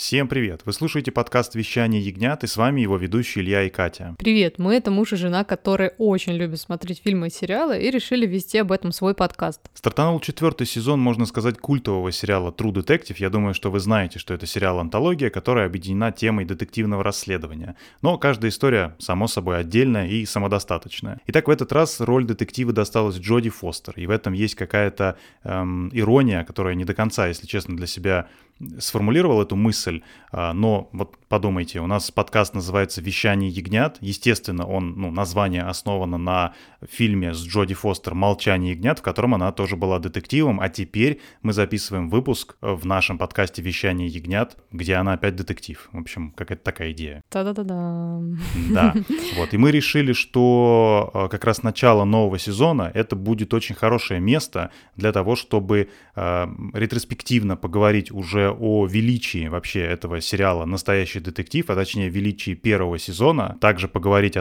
Всем привет! Вы слушаете подкаст «Вещание ягнят», и с вами его ведущие Илья и Катя. Привет! Мы — это муж и жена, которые очень любят смотреть фильмы и сериалы, и решили вести об этом свой подкаст. Стартанул 4-й сезон, можно сказать, культового сериала True Detective. Я думаю, что вы знаете, что это сериал-антология, которая объединена темой детективного расследования. Но каждая история, само собой, отдельная и самодостаточная. Итак, в этот раз роль детектива досталась Джоди Фостер, и в этом есть какая-то ирония, которая не до конца, если честно, для себя сформулировал эту мысль, но вот подумайте, у нас подкаст называется «Вещание ягнят». Естественно, название основано на фильме с Джоди Фостер «Молчание ягнят», в котором она тоже была детективом, а теперь мы записываем выпуск в нашем подкасте «Вещание ягнят», где она опять детектив. В общем, какая-то такая идея. Та-да-да-да. Да, вот, и мы решили, что как раз начало нового сезона это будет очень хорошее место для того, чтобы ретроспективно поговорить уже о величии вообще этого сериала «Настоящий детектив», а точнее величии первого сезона, также поговорить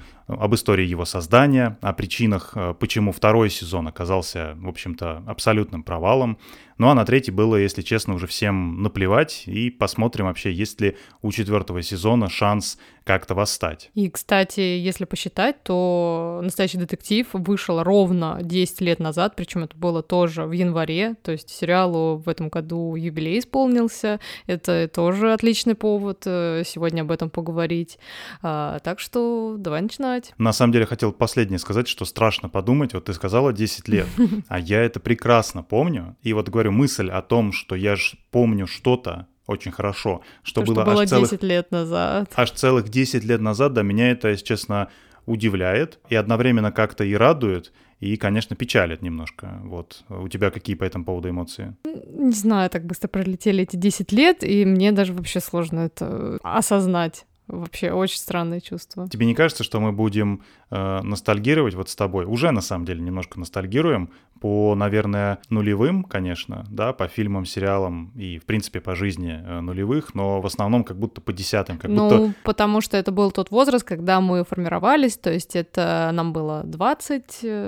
об истории его создания, о причинах, почему второй сезон оказался, в общем-то, абсолютным провалом. Ну а на третий было, если честно, уже всем наплевать, и посмотрим вообще, есть ли у 4-го сезона шанс как-то восстать. И, кстати, если посчитать, то «Настоящий детектив» вышел ровно 10 лет назад, причем это было тоже в январе, то есть сериалу в этом году юбилей исполнился, это тоже отличный повод сегодня об этом поговорить, так что давай начинать. На самом деле хотел последнее сказать, что страшно подумать, вот ты сказала 10 лет, а я это прекрасно помню, и вот говорю, мысль о том, что я ж помню что-то очень хорошо, что было аж 10 лет назад. Аж целых 10 лет назад, да, меня это, если честно, удивляет и одновременно как-то и радует, и, конечно, печалит немножко. Вот. У тебя какие по этому поводу эмоции? Не знаю, так быстро пролетели эти 10 лет, и мне даже вообще сложно это осознать. Вообще очень странное чувство. Тебе не кажется, что мы будем ностальгировать вот с тобой? Уже, на самом деле, немножко ностальгируем по, наверное, нулевым, конечно, да, по фильмам, сериалам и, в принципе, по жизни нулевых, но в основном как будто по десятым. Потому что это был тот возраст, когда мы формировались, то есть это нам было 20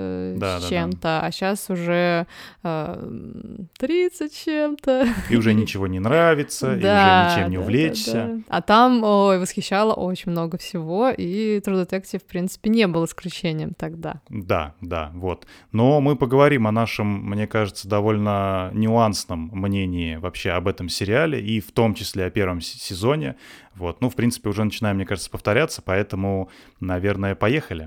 с чем-то, а сейчас уже 30 с чем-то. И уже ничего не нравится, и уже ничем не увлечься. А там, восхищало очень много всего, и True Detective, в принципе, не был исключением тогда. Да, вот. Но мы поговорим о нашем, мне кажется, довольно нюансном мнении вообще об этом сериале, и в том числе о первом сезоне. Вот. В принципе, уже начинаем, мне кажется, повторяться, поэтому, наверное, поехали.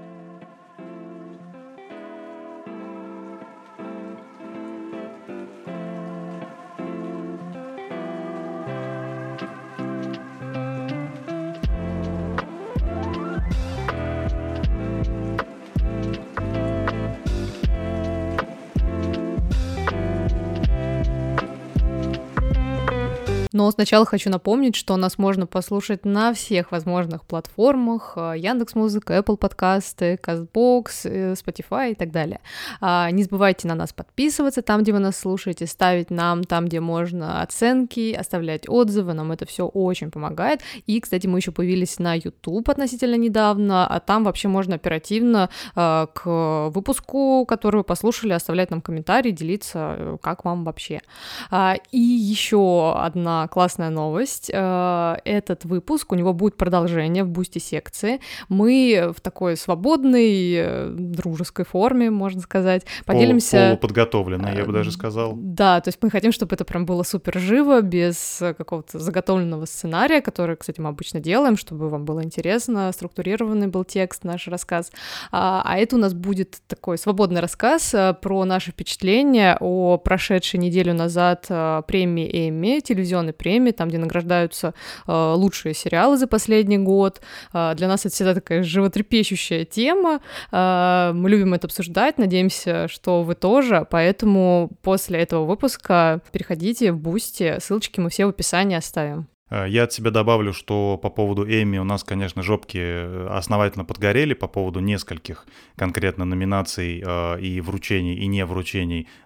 Но сначала хочу напомнить, что нас можно послушать на всех возможных платформах: Яндекс.Музыка, Apple подкасты, Castbox, Spotify и так далее. Не забывайте на нас подписываться там, где вы нас слушаете, ставить нам там, где можно, оценки, оставлять отзывы, нам это все очень помогает. И, кстати, мы еще появились на YouTube относительно недавно, а там вообще можно оперативно к выпуску, который вы послушали, оставлять нам комментарии, делиться, как вам вообще. И еще одна классная новость. Этот выпуск, у него будет продолжение в бусти-секции. Мы в такой свободной, дружеской форме, можно сказать, поделимся... Полуподготовленной, я бы даже сказал. Да, то есть мы хотим, чтобы это прям было супер живо, без какого-то заготовленного сценария, который, кстати, мы обычно делаем, чтобы вам было интересно, структурированный был текст, наш рассказ. А это у нас будет такой свободный рассказ про наши впечатления о прошедшей неделю назад премии Эмми, телевизионной премии, там, где награждаются лучшие сериалы за последний год. Для нас это всегда такая животрепещущая тема. Мы любим это обсуждать, надеемся, что вы тоже, поэтому после этого выпуска переходите в Бусти, ссылочки мы все в описании оставим. Я от себя добавлю, что по поводу Эмми у нас, конечно, жопки основательно подгорели по поводу нескольких конкретно номинаций и вручений, и не вручений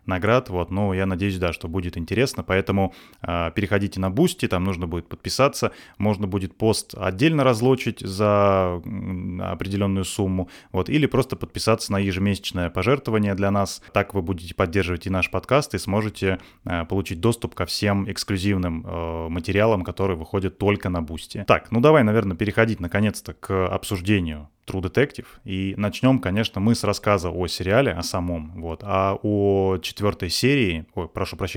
наград, вот, но я надеюсь, да, что будет интересно, поэтому переходите на Boosty, там нужно будет подписаться, можно будет пост отдельно разлочить за определенную сумму, вот, или просто подписаться на ежемесячное пожертвование для нас, так вы будете поддерживать и наш подкаст, и сможете получить доступ ко всем эксклюзивным материалам, которые выходят только на Boosty. Так, ну давай, наверное, переходить наконец-то к обсуждению True Detective. И начнем, конечно, мы с рассказа о сериале, о самом, вот, а о четвертой серии, о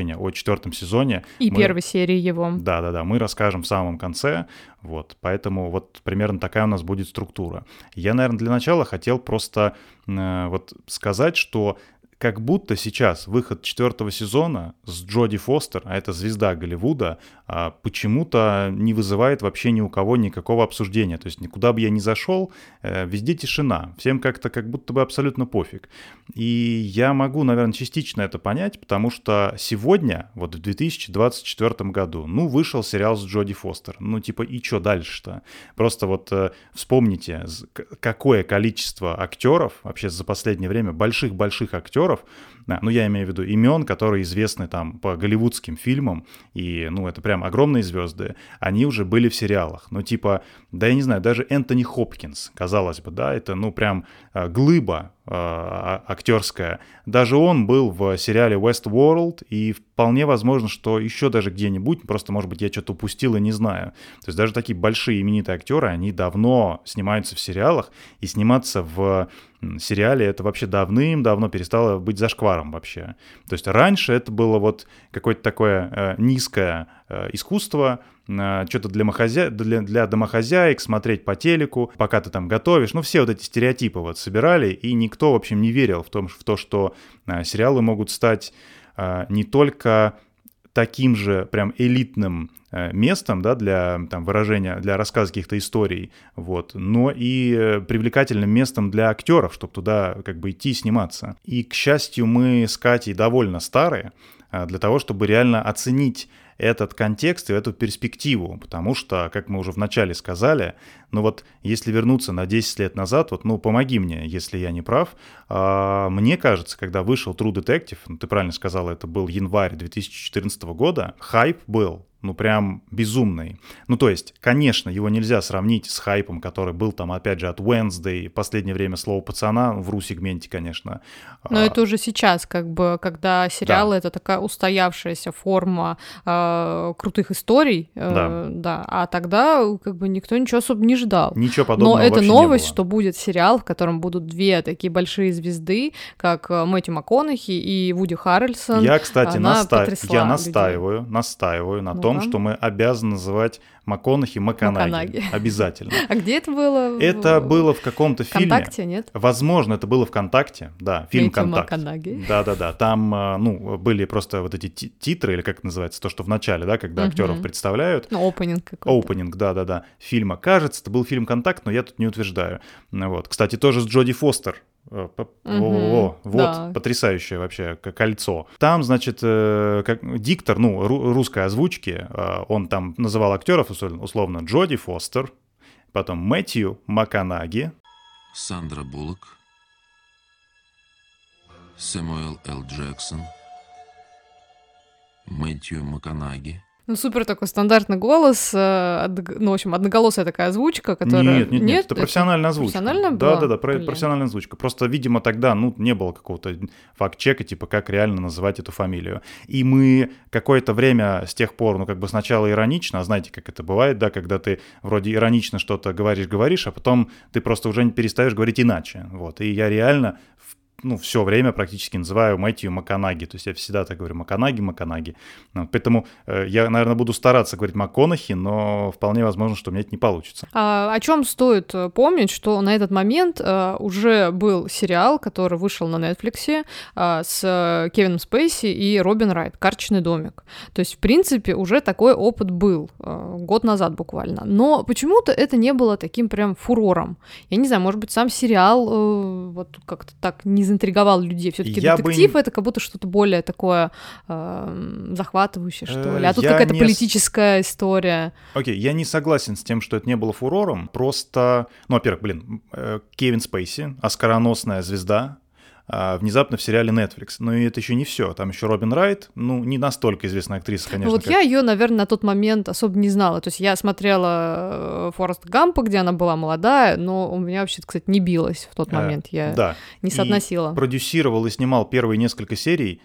4-м сезоне. И первой серии его. Да-да-да, мы расскажем в самом конце, вот, поэтому вот примерно такая у нас будет структура. Я, наверное, для начала хотел просто вот сказать, что как будто сейчас выход 4-го сезона с Джоди Фостер, а это звезда Голливуда, почему-то не вызывает вообще ни у кого никакого обсуждения. То есть никуда бы я ни зашел, везде тишина. Всем как-то как будто бы абсолютно пофиг. И я могу, наверное, частично это понять, потому что сегодня, вот в 2024 году, вышел сериал с Джоди Фостер. И что дальше-то? Просто вот вспомните, какое количество актеров, вообще за последнее время, больших-больших актеров, я имею в виду имен, которые известны там по голливудским фильмам, и, это прям огромные звезды, они уже были в сериалах. Да я не знаю, даже Энтони Хопкинс, казалось бы, да, это, прям глыба актерская. Даже он был в сериале Westworld, и вполне возможно, что еще даже где-нибудь, просто, может быть, я что-то упустил и не знаю. То есть даже такие большие именитые актеры, они давно снимаются в сериалах, и сниматься в сериале это вообще давным-давно перестало быть зашкваром вообще. То есть раньше это было вот какое-то такое низкое искусство, что-то для домохозяек, смотреть по телеку, пока ты там готовишь. Все вот эти стереотипы вот собирали, и никто, в общем, не верил в то, что сериалы могут стать не только таким же прям элитным местом, да, для выражения, для рассказа каких-то историй, вот, но и привлекательным местом для актеров, чтобы туда как бы идти и сниматься. И, к счастью, мы с Катей довольно старые для того, чтобы реально оценить этот контекст и эту перспективу, потому что, как мы уже вначале сказали, если вернуться на 10 лет назад, помоги мне, если я не прав, мне кажется, когда вышел True Detective, ты правильно сказала, это был январь 2014 года, хайп был, прям безумный. То есть, конечно, его нельзя сравнить с хайпом, который был там, опять же, от Wednesday, в последнее время «Слово пацана», в ру-сегменте, конечно. Но это уже сейчас, как бы, когда сериалы — это такая устоявшаяся форма крутых историй, да, а тогда как бы никто ничего особо не ждал. Ничего подобного вообще не было. Но это новость, что будет сериал, в котором будут две такие большие звезды, как Мэтью МакКонахи и Вуди Харрельсон. Я, кстати, настаиваю на том, что мы обязаны называть МакКонахи МакКонаги. Обязательно. А где это было? Это было в каком-то фильме. ВКонтакте, нет? Возможно, это было ВКонтакте, да, фильм «Контакт». МакКонаги. Да-да-да, там, были просто вот эти титры, или как это называется, то, что в начале, да, когда актеров представляют. Опенинг какой-то. Опенинг, да-да-да, фильма. Кажется, это был фильм «Контакт», но я тут не утверждаю. Вот. Кстати, тоже с Джоди Фостер. Да. Потрясающее вообще кольцо. Там, значит, как диктор, русской озвучки, он там называл актеров условно Джоди Фостер, потом Мэтью МакКонаги, Сандра Буллок, Сэмюэл Л. Джексон, Мэтью МакКонаги. Супер такой стандартный голос, в общем, одноголосая такая озвучка, которая... Нет, это профессиональная озвучка. Профессиональная была? Да, профессиональная озвучка. Просто, видимо, тогда, не было какого-то факт-чека, как реально называть эту фамилию. И мы какое-то время с тех пор, сначала иронично, а знаете, как это бывает, да, когда ты вроде иронично что-то говоришь, а потом ты просто уже перестаешь говорить иначе. Вот. И я реально все время практически называю Мэтью МакКонаги. То есть я всегда так говорю МакКонаги. Поэтому я, наверное, буду стараться говорить МакКонахи, но вполне возможно, что у меня это не получится. О чем стоит помнить, что на этот момент уже был сериал, который вышел на Netflix с Кевином Спейси и Робин Райт «Карточный домик». То есть, в принципе, уже такой опыт был год назад буквально. Но почему-то это не было таким прям фурором. Я не знаю, может быть, сам сериал вот как-то так не заинтриговал людей. Все-таки детектив это как будто что-то более такое захватывающее, что ли. А тут какая-то политическая история. Окей, я не согласен с тем, что это не было фурором. Просто, во-первых, Кевин Спейси, оскароносная звезда, внезапно в сериале Netflix. Но и это еще не все. Там еще Робин Райт, ну, не настолько известная актриса, конечно. Вот я ее, наверное, на тот момент особо не знала. То есть я смотрела Форреста Гампа, где она была молодая, но у меня вообще, кстати, не билось в тот момент. Я не соотносила. И продюсировал и снимал первые несколько серий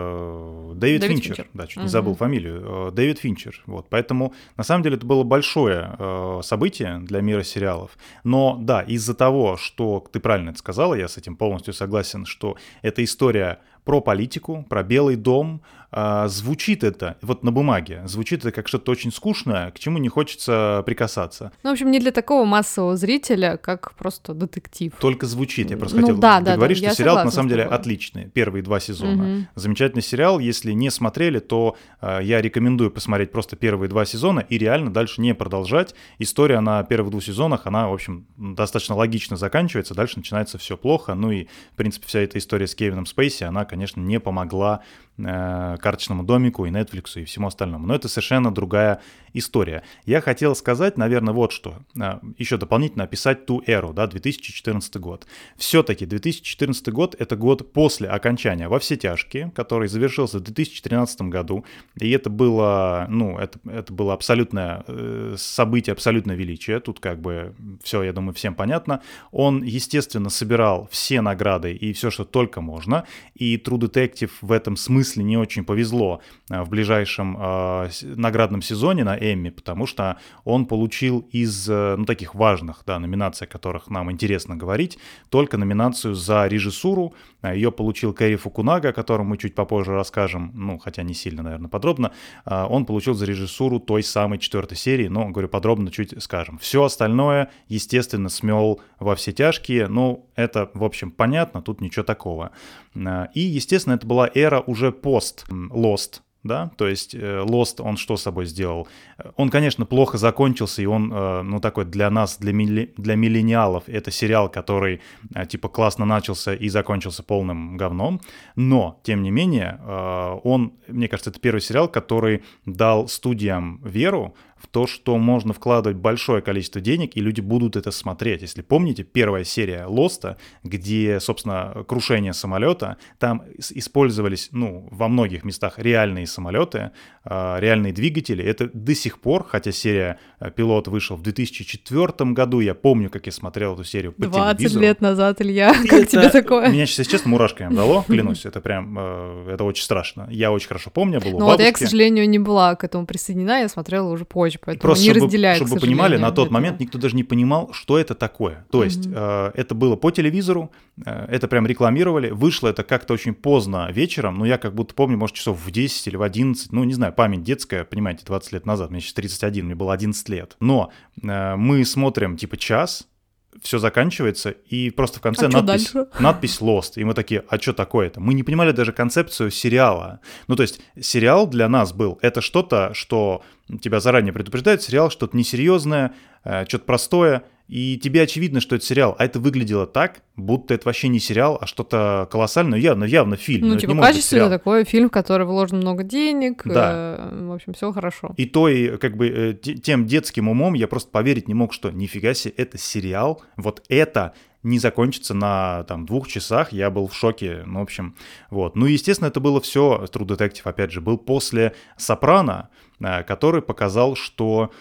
Дэвид Финчер. Да, чуть не забыл фамилию. Дэвид Финчер. Вот. Поэтому, на самом деле, это было большое событие для мира сериалов. Но, да, из-за того, что ты правильно это сказала, я с этим полностью согласен, что эта история про политику, про Белый дом. Звучит это, вот на бумаге, звучит это как что-то очень скучное, к чему не хочется прикасаться. Ну, в общем, не для такого массового зрителя, как просто детектив. Только звучит, я просто хотел говорить, что сериал на самом деле отличный, первые 2 сезона. Замечательный сериал, если не смотрели, то я рекомендую посмотреть просто первые 2 сезона и реально дальше не продолжать. История на первых 2 сезонах, она, в общем, достаточно логично заканчивается, дальше начинается все плохо, ну и, в принципе, вся эта история с Кевином Спейси, она, конечно, не помогла карточному домику и Netflix и всему остальному. Но это совершенно другая история. Я хотел сказать, наверное, вот что. Еще дополнительно описать ту эру, да, 2014 год. Все-таки 2014 год — это год после окончания «Во все тяжкие», который завершился в 2013 году. И это было, ну, это было абсолютное событие, абсолютное величие. Тут как бы все, я думаю, всем понятно. Он, естественно, собирал все награды и все, что только можно. И True Detective в этом смысле не очень повезло в ближайшем наградном сезоне на Эмми, потому что он получил из таких важных номинаций, о которых нам интересно говорить, только номинацию за режиссуру. Ее получил Кэри Фукунага, о котором мы чуть попозже расскажем, ну, хотя не сильно, наверное, подробно. Он получил за режиссуру той самой 4-й серии, но, говорю, подробно чуть скажем. Все остальное, естественно, смел «Во все тяжкие», ну, это, в общем, понятно, тут ничего такого. И, естественно, это была эра уже пост Lost, да, то есть Lost, он что с собой сделал? Он, конечно, плохо закончился, и он, ну, такой для нас, для миллениалов, это сериал, который, типа, классно начался и закончился полным говном, но, тем не менее, он, мне кажется, это первый сериал, который дал студиям веру в то, что можно вкладывать большое количество денег, и люди будут это смотреть. Если помните, первая серия Лоста, где, собственно, крушение самолета, там использовались, ну, во многих местах реальные самолеты, реальные двигатели. Это до сих пор, хотя серия «Пилот» вышел в 2004 году, я помню, как я смотрел эту серию по телевизору. 20 лет назад, Илья, как тебе такое? Меня сейчас, если честно, мурашками обдало, клянусь, это прям, это очень страшно. Я очень хорошо помню, был у бабушки. Ну вот я, к сожалению, не была к этому присоединена, я смотрела уже позже, поэтому просто не разделяю, чтобы вы понимали, на тот момент никто даже не понимал, что это такое. То есть это было по телевизору, это прям рекламировали, вышло это как-то очень поздно вечером, но я как будто помню, может, часов в 10 или в 11, ну, не знаю, память детская, понимаете, 20 лет назад, мне сейчас 31, мне было 11 лет. Но мы смотрим, типа, час, все заканчивается, и просто в конце надпись Lost. И мы такие, а что такое-то? Мы не понимали даже концепцию сериала. Ну, то есть сериал для нас был, это что-то, что тебя заранее предупреждает, сериал что-то несерьезное, что-то простое, и тебе очевидно, что это сериал, а это выглядело так, будто это вообще не сериал, а что-то колоссальное, явно фильм. Ну, типа качественный такой фильм, в который вложено много денег, да. В общем, все хорошо. И то, и как бы тем детским умом я просто поверить не мог, что нифига себе, это сериал, вот это не закончится на там 2 часах, я был в шоке, ну, в общем, вот. Ну, естественно, это было все, True Detective, опять же, был после «Сопрано», который показал, что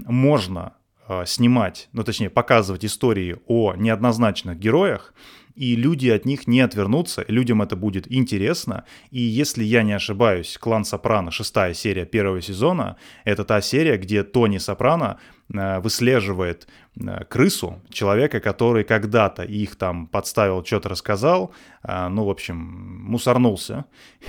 можно снимать, ну, точнее, показывать истории о неоднозначных героях, и люди от них не отвернутся, людям это будет интересно. И если я не ошибаюсь, «Клан Сопрано», 6-я серия 1-го сезона, это та серия, где Тони Сопрано выслеживает крысу, человека, который когда-то их там подставил, что-то рассказал, ну, в общем, мусорнулся.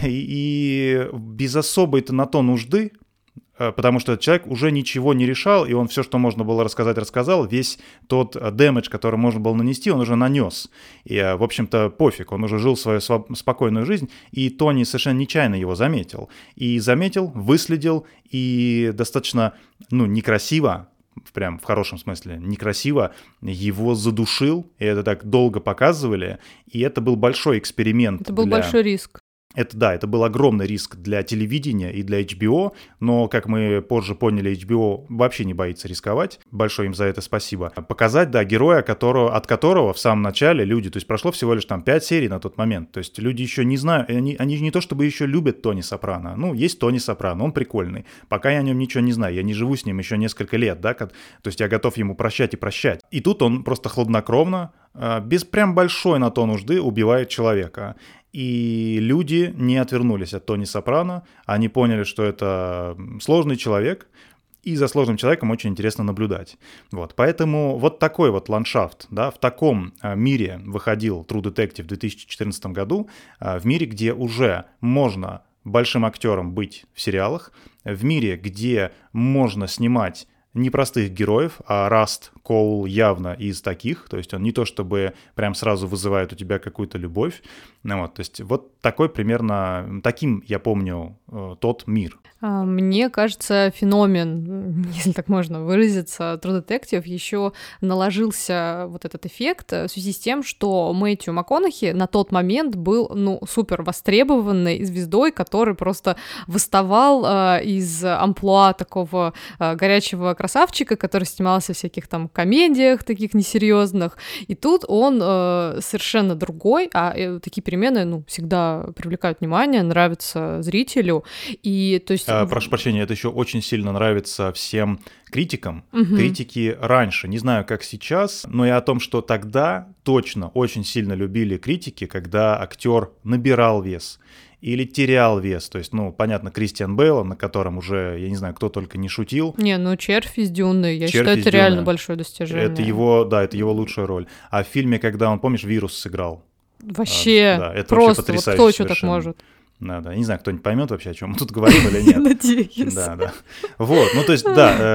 И без особой-то на то нужды, потому что этот человек уже ничего не решал, и он все, что можно было рассказать, рассказал. Весь тот дэмэдж, который можно было нанести, он уже нанес. И, в общем-то, пофиг, он уже жил свою спокойную жизнь, и Тони совершенно нечаянно его заметил. И заметил, выследил, и достаточно, ну, некрасиво, прям в хорошем смысле, некрасиво его задушил, и это так долго показывали, и это был большой эксперимент. Это был большой риск. Это был огромный риск для телевидения и для HBO, но, как мы позже поняли, HBO вообще не боится рисковать. Большое им за это спасибо. Показать, да, героя, от которого в самом начале люди, то есть прошло всего лишь там 5 серий на тот момент, то есть люди еще не знают, они не то чтобы еще любят Тони Сопрано, ну, есть Тони Сопрано, он прикольный, пока я о нем ничего не знаю, я не живу с ним еще несколько лет, да, то есть я готов ему прощать и прощать. И тут он просто хладнокровно, без прям большой на то нужды убивает человека. И люди не отвернулись от Тони Сопрано, они поняли, что это сложный человек, и за сложным человеком очень интересно наблюдать. Вот. Поэтому вот такой вот ландшафт, да, в таком мире выходил True Detective в 2014 году, в мире, где уже можно большим актером быть в сериалах, в мире, где можно снимать непростых героев, а Раст Коул явно из таких, то есть он не то чтобы прям сразу вызывает у тебя какую-то любовь, ну вот, то есть вот такой примерно, таким я помню тот мир. Мне кажется, феномен, если так можно выразиться, True Detective еще наложился вот этот эффект в связи с тем, что Мэтью МакКонахи на тот момент был, супер востребованной звездой, который просто выставал из амплуа такого горячего красавчика, который снимался в всяких там комедиях таких несерьезных, и тут он совершенно другой, а такие перемены, всегда привлекают внимание, нравятся зрителю, и то есть... Прошу прощения, это еще очень сильно нравится всем критикам. Критики раньше, не знаю, как сейчас, но и о том, что тогда точно очень сильно любили критики, когда актер набирал вес или терял вес. То есть, понятно, Кристиан Бейл, на котором уже, я не знаю, кто только не шутил. Червь из Дюны, я считаю, это реально большое достижение. Это его лучшая роль. А в фильме, когда он, помнишь, вирус сыграл? Вообще, да, это просто вообще потрясающе. Кто еще так может? Да. Не знаю, кто-нибудь поймет вообще, о чем мы тут говорим или нет. Надеюсь. Да. Вот, то есть,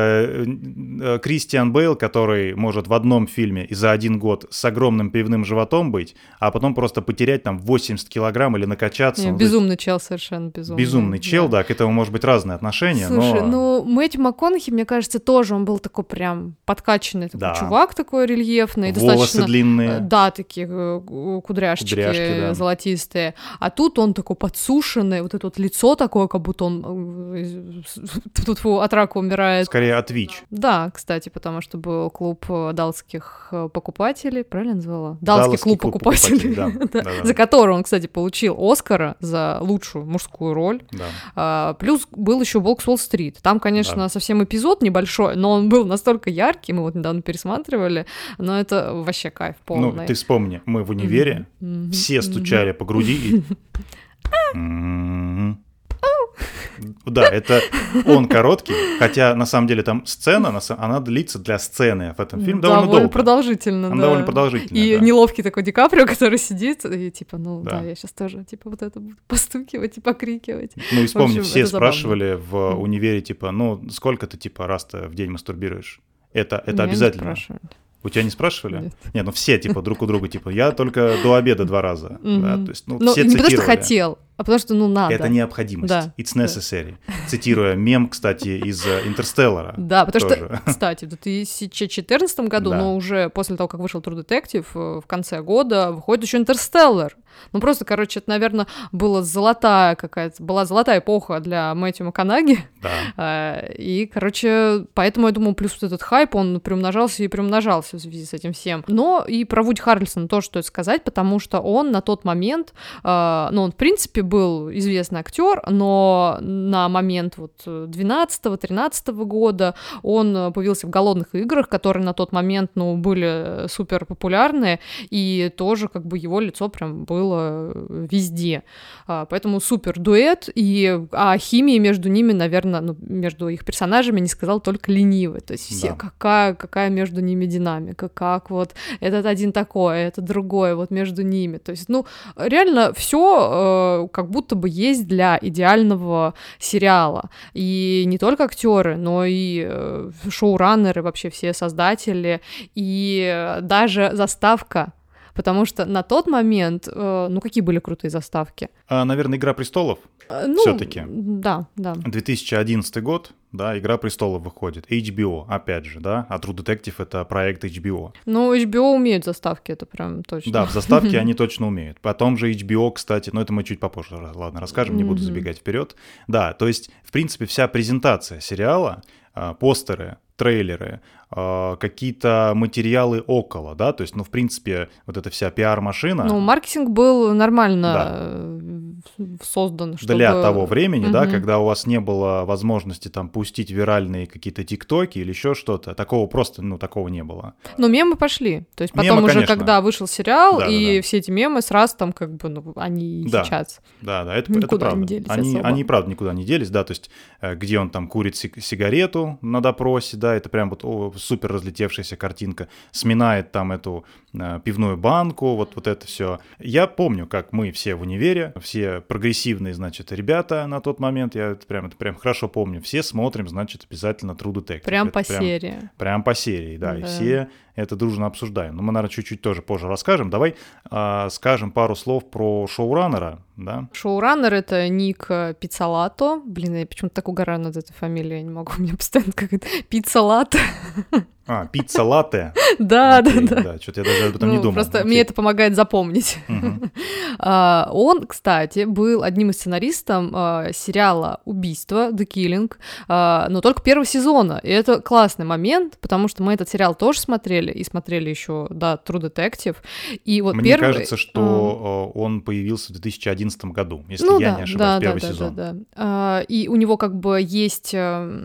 да, Кристиан Бейл, который может в одном фильме и за один год с огромным пивным животом быть, а потом просто потерять там 80 килограмм или накачаться. Безумный чел, совершенно безумный. Безумный чел, да, к этому может быть разные отношения. Слушай, Мэтью МакКонахи, мне кажется, тоже он был такой прям подкачанный такой чувак, такой рельефный. Волосы достаточно, длинные. Да, такие кудряшки золотистые. А тут он такой подсушенный, вот это вот лицо такое, как будто он от рака умирает. Скорее от ВИЧ. Да, кстати, потому что был клуб далласских покупателей, правильно назвала? Далласский клуб покупателей, да. За который он, кстати, получил Оскара за лучшую мужскую роль. Да. Плюс был еще «Волк с Уолл-стрит». Там, конечно, совсем эпизод небольшой, но он был настолько яркий, мы вот недавно пересматривали, но это вообще кайф полный. Ты вспомни, мы в универе все стучали по груди и... Да, это он короткий, хотя на самом деле там сцена, она длится для сцены в этом фильме довольно долго. Продолжительно, она довольно продолжительная. И неловкий такой Ди Каприо, который сидит, и типа, я сейчас тоже, типа, вот это буду постукивать и покрикивать. И вспомни, все спрашивали в универе, типа, сколько ты, типа, раз-то в день мастурбируешь? Это обязательно. У тебя не спрашивали? Нет, все, типа, друг у друга, типа, я только до обеда 2 раза. Да, то есть, все цитировали. Не потому что хотел, а потому что, надо. Это необходимость. Да. It's necessary. Цитируя мем, кстати, из «Интерстеллара». Да, потому что, кстати, в 2014 году, но уже после того, как вышел True Detective, в конце года выходит еще «Интерстеллар». Просто, это, наверное, была золотая эпоха для Мэтью МакКонахи. Да. И, поэтому, я думаю, плюс вот этот хайп, он приумножался в связи с этим всем. Но и про Вуди Харрельсона тоже стоит сказать, потому что он на тот момент, он, в принципе, был известный актер, но на момент 12-13 года он появился в «Голодных играх», которые на тот момент, были супер популярны, и тоже, его лицо прям было везде. Поэтому супер дуэт, и о химии между ними, наверное, между их персонажами не сказал только ленивый. То есть все, какая между ними динамика, как этот один такой, этот другой, между ними. То есть, реально все как будто бы есть для идеального сериала. И не только актеры, но и шоураннеры, вообще все создатели, и даже заставка. потому что на тот момент, ну, какие были крутые заставки? Наверное, «Игра престолов» Ну, все-таки. Да. 2011 год, да, «Игра престолов» выходит. HBO, опять же, да, а True Detective — это проект HBO. Ну, HBO умеют заставки, это прям точно. Да, в заставке они точно умеют. Потом же HBO, кстати, но это мы чуть попозже, ладно, расскажем, не буду забегать вперед. Да, то есть, в принципе, вся презентация сериала, постеры, трейлеры, какие-то материалы около, да, то есть, ну, в принципе, вот эта вся пиар-машина... Ну, маркетинг был нормально создан, чтобы... Для того времени, да, когда у вас не было возможности там пустить виральные какие-то тиктоки или еще что-то, такого просто, ну, такого не было. Но мемы пошли, то есть потом мемы, уже, конечно. Когда вышел сериал, Да, и да. все эти мемы сразу там как бы, ну, они Да. сейчас... Да, это Никуда правда. не делись особо. Они правда никуда не делись, да, то есть где он там курит сигарету на допросе, да, это прям вот супер разлетевшаяся картинка, сминает там эту пивную банку, вот это все. Я помню, как мы все в универе, все прогрессивные, значит, ребята на тот момент, я это прям хорошо помню, все смотрим, значит, обязательно True Detective. Прям по серии. Прям по серии, да, и все это дружно обсуждаем. Но мы, наверное, чуть-чуть тоже позже расскажем. Давай скажем пару слов про шоураннера, да? Шоураннер — это Ник Пиццалато. Блин, я почему-то так угораю над этой фамилией, я не могу, мне постоянно как-то Пиццалато. Пицца-латте. Да. Что-то я даже об этом не думал. Просто мне это помогает запомнить. Он, кстати, был одним из сценаристов сериала «Убийство», The Killing, но только первого сезона. И это классный момент, потому что мы этот сериал тоже смотрели, и смотрели еще, да, True Detective. И вот мне кажется, что он появился в 2011 году, если я не ошибаюсь, первый сезон. Да. И у него как бы есть...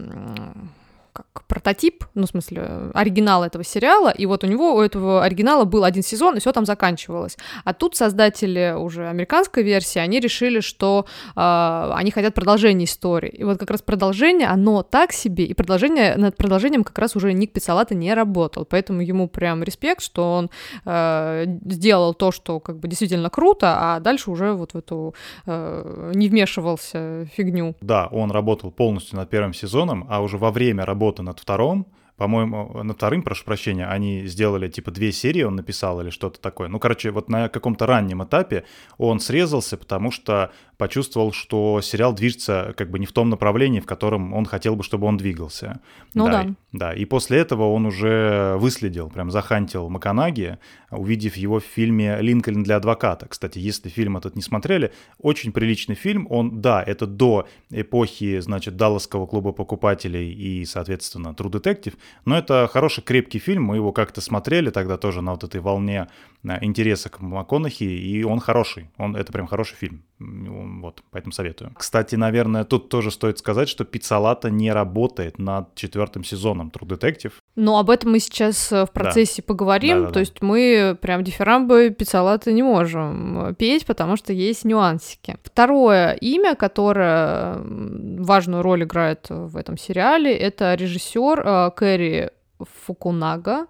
как прототип, ну, в смысле, оригинал этого сериала, и вот у этого оригинала был один сезон, и все там заканчивалось. А тут создатели уже американской версии, они решили, что они хотят продолжения истории. И вот как раз продолжение, оно так себе, и над продолжением как раз уже Ник Пиццалато не работал, поэтому ему прям респект, что он сделал то, что как бы действительно круто, а дальше уже вот в эту не вмешивался фигню. Да, он работал полностью над первым сезоном, а уже во время работы над вторым, по-моему, над вторым, прошу прощения, они сделали типа 2 серии, он написал или что-то такое. Ну, короче, вот на каком-то раннем этапе он срезался, потому что почувствовал, что сериал движется как бы не в том направлении, в котором он хотел бы, чтобы он двигался. Ну да. Да, и после этого он уже выследил, прям захантил Макконаги, увидев его в фильме «Линкольн для адвоката». Кстати, если фильм этот не смотрели, очень приличный фильм. Он, да, это до эпохи, значит, Далласского клуба покупателей и, соответственно, True Detective, но это хороший, крепкий фильм, мы его как-то смотрели тогда тоже на вот этой волне интереса к МакКонахи, и он хороший, это прям хороший фильм, вот, поэтому советую. Кстати, наверное, тут тоже стоит сказать, что Пиццалато не работает над 4-м сезоном True Detective. Ну, об этом мы сейчас в процессе поговорим, то есть мы прям дифирамбы Пиццалато не можем петь, потому что есть нюансики. Второе имя, которое важную роль играет в этом сериале, это режиссер Кэри Фукунага.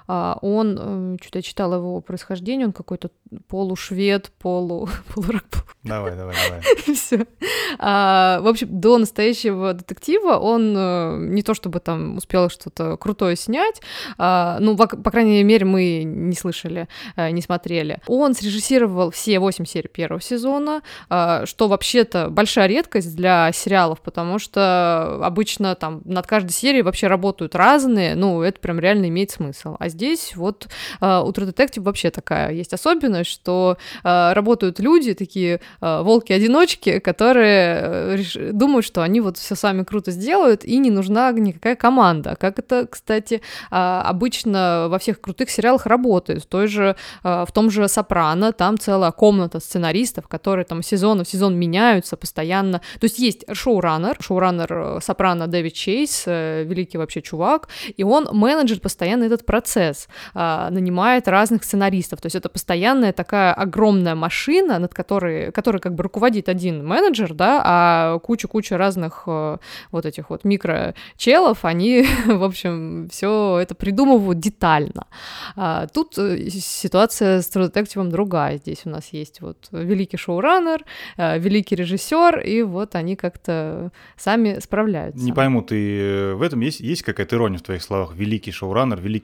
Он, что-то я читала его происхождение, он какой-то полушвед, полурак. Давай. Все. В общем, до настоящего детектива он не то чтобы там успел что-то крутое снять, ну, по крайней мере, мы не слышали, не смотрели. Он срежиссировал все 8 серий первого сезона, что вообще-то большая редкость для сериалов, потому что обычно там над каждой серией вообще работают разные, ну, это прям реально имеет смысл. А здесь вот у True Detective вообще такая есть особенность, что работают люди, такие волки-одиночки, которые думают, что они вот все сами круто сделают, и не нужна никакая команда. Как это, кстати, обычно во всех крутых сериалах работает. В том же «Сопрано» там целая комната сценаристов, которые там сезон в сезон меняются постоянно. То есть шоураннер «Сопрано» Дэвид Чейз, великий вообще чувак, и он менеджер постоянно этот процесс, нанимает разных сценаристов. То есть это постоянная такая огромная машина, над которой как бы руководит один менеджер, да, а куча разных вот этих вот микрочелов, они, в общем, все это придумывают детально. Тут ситуация с True Detective другая. Здесь у нас есть вот великий шоураннер, великий режиссер, и вот они как-то сами справляются. Не пойму, ты в этом есть какая-то ирония в твоих словах? Великий шоураннер, великий режиссер.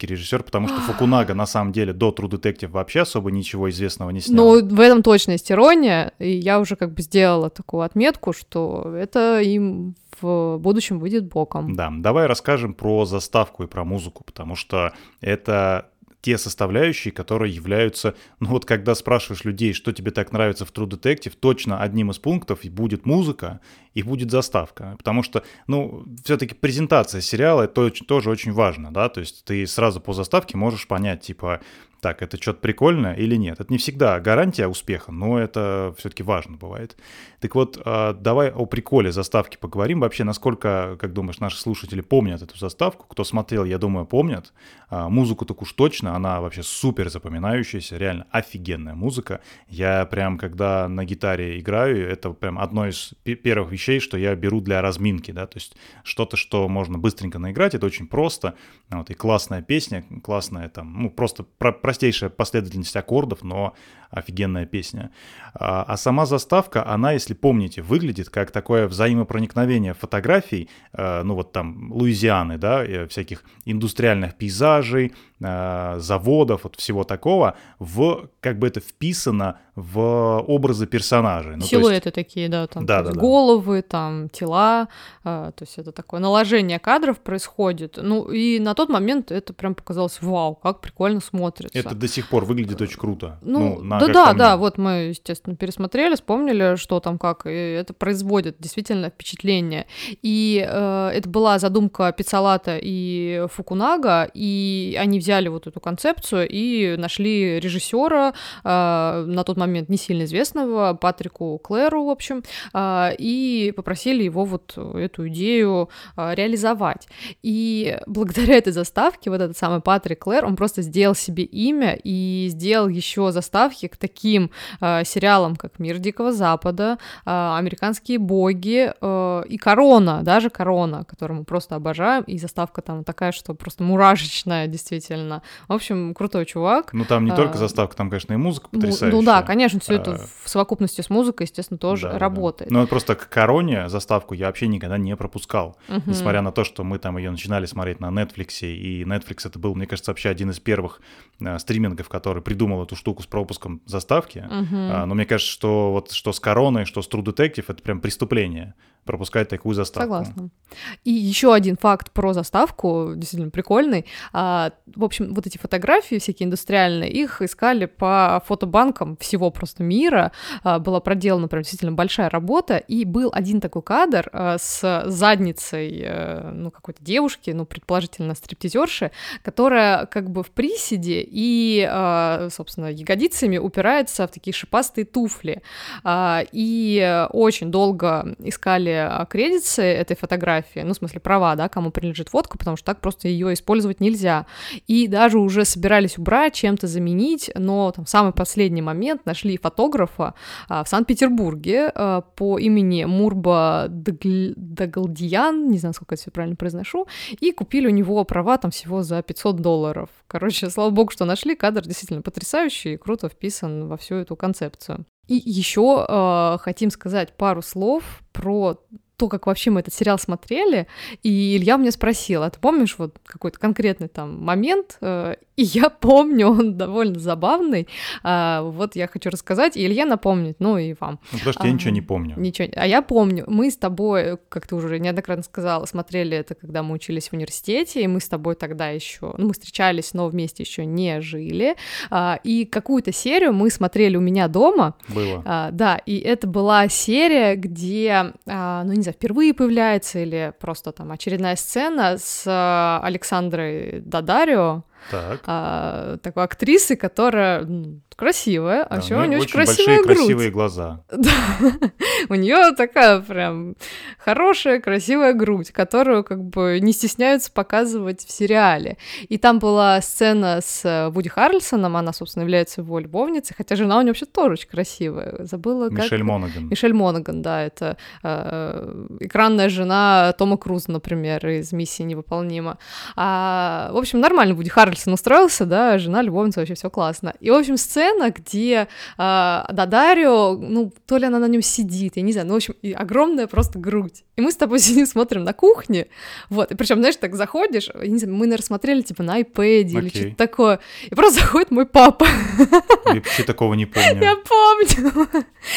потому что Фукунага на самом деле до True Detective вообще особо ничего известного не снял. Ну, в этом точно есть ирония, и я уже как бы сделала такую отметку, что это им в будущем выйдет боком. Да, давай расскажем про заставку и про музыку, потому что это те составляющие, которые являются, ну вот когда спрашиваешь людей, что тебе так нравится в True Detective, точно одним из пунктов и будет музыка, и будет заставка, потому что, ну, все-таки презентация сериала это тоже очень важно, да, то есть ты сразу по заставке можешь понять, типа, так, это что-то прикольное или нет. Это не всегда гарантия успеха, но это все-таки важно бывает. Так вот, давай о приколе заставки поговорим. Вообще, насколько, как думаешь, наши слушатели помнят эту заставку? Кто смотрел, я думаю, помнят. Музыку так уж точно, она вообще супер запоминающаяся, реально офигенная музыка. Я прям, когда на гитаре играю, это прям одно из первых вещей, что я беру для разминки, да, то есть что-то, что можно быстренько наиграть, это очень просто. Вот, и классная песня, классная там, ну, просто простейшая последовательность аккордов, но офигенная песня. А сама заставка, она, если помните, выглядит как такое взаимопроникновение фотографий, ну вот там Луизианы, да, всяких индустриальных пейзажей, заводов, вот всего такого, как бы это вписано в образы персонажей. Ну, силуэты такие, да, там головы, там тела, то есть это такое наложение кадров происходит. Ну и на тот момент это прям показалось, вау, как прикольно смотрится. Это до сих пор выглядит очень круто. Да, вот мы, естественно, пересмотрели, вспомнили, что там как, и это производит действительно впечатление. И это была задумка Пиццалата и Фукунага, и они взяли вот эту концепцию и нашли режиссера, на тот момент не сильно известного, Патрику Клэру, в общем, и попросили его вот эту идею реализовать. И благодаря этой заставке вот этот самый Патрик Клэр, он просто сделал себе имя и сделал еще заставки к таким сериалам, как «Мир Дикого Запада», «Американские боги» и «Корона», даже «Корона», которую мы просто обожаем, и заставка там такая, что просто мурашечная, действительно. В общем, крутой чувак. Ну, там не только заставка, там, конечно, и музыка потрясающая. Ну да, конечно, все это в совокупности с музыкой, естественно, тоже работает. Но просто к «Короне» заставку я вообще никогда не пропускал. Несмотря на то, что мы там ее начинали смотреть на Netflix, и Netflix это был, мне кажется, вообще один из первых стримингов, который придумал эту штуку с пропуском заставки. Но мне кажется, что вот что с «Короной», что с True Detective — это прям преступление пропускать такую заставку. Согласна. И еще один факт про заставку, действительно прикольный. В общем, вот эти фотографии всякие индустриальные, их искали по фотобанкам всего просто мира. Была проделана прям действительно большая работа, и был один такой кадр с задницей, ну, какой-то девушки, ну, предположительно, стриптизерши, которая как бы в приседе и, собственно, ягодицами упирается в такие шипастые туфли. И очень долго искали кредиты этой фотографии, ну, в смысле, права, да, кому принадлежит фотка, потому что так просто ее использовать нельзя. И даже уже собирались убрать, чем-то заменить, но там в самый последний момент нашли фотографа в Санкт-Петербурге по имени Мурба Дагалдиян, не знаю, сколько я все правильно произношу, и купили у него права там всего за $500. Короче, слава богу, что нашли, кадр действительно потрясающий и круто вписан во всю эту концепцию. И еще хотим сказать пару слов про то, как вообще мы этот сериал смотрели, и Илья мне спросил, а ты помнишь вот какой-то конкретный там момент? И я помню, он довольно забавный, вот я хочу рассказать, и Илья напомнить, ну и вам. Ну, потому что я ничего не помню. Ничего. А я помню, мы с тобой, как ты уже неоднократно сказала, смотрели это, когда мы учились в университете, и мы с тобой тогда еще, ну, мы встречались, но вместе еще не жили, и какую-то серию мы смотрели у меня дома. Было. Да, и это была серия, где, ну, не знаю, впервые появляется или просто там очередная сцена с Александрой Дадарио, такой актрисы, которая красивая, а еще у нее очень красивая грудь. Красивые глаза. Да. У нее такая прям хорошая, красивая грудь, которую как бы не стесняются показывать в сериале. И там была сцена с Вуди Харрельсоном, она, собственно, является его любовницей, хотя жена у нее вообще тоже очень красивая. Забыла, как... Мишель Монаган. Мишель Монаган, да, это экранная жена Тома Круза, например, из «Миссии невыполнима». В общем, нормально Вуди Харрельсон Никольсон устроился, да, жена, любовница, вообще все классно. И, в общем, сцена, где Дадарио, ну, то ли она на нем сидит, я не знаю, ну, в общем, и огромная просто грудь. И мы с тобой сидим, смотрим на кухне, вот, и причем, знаешь, так заходишь, я не знаю, мы, наверное, смотрели, типа, на iPad или что-то такое, и просто заходит мой папа. Я вообще такого не помню. Я помню.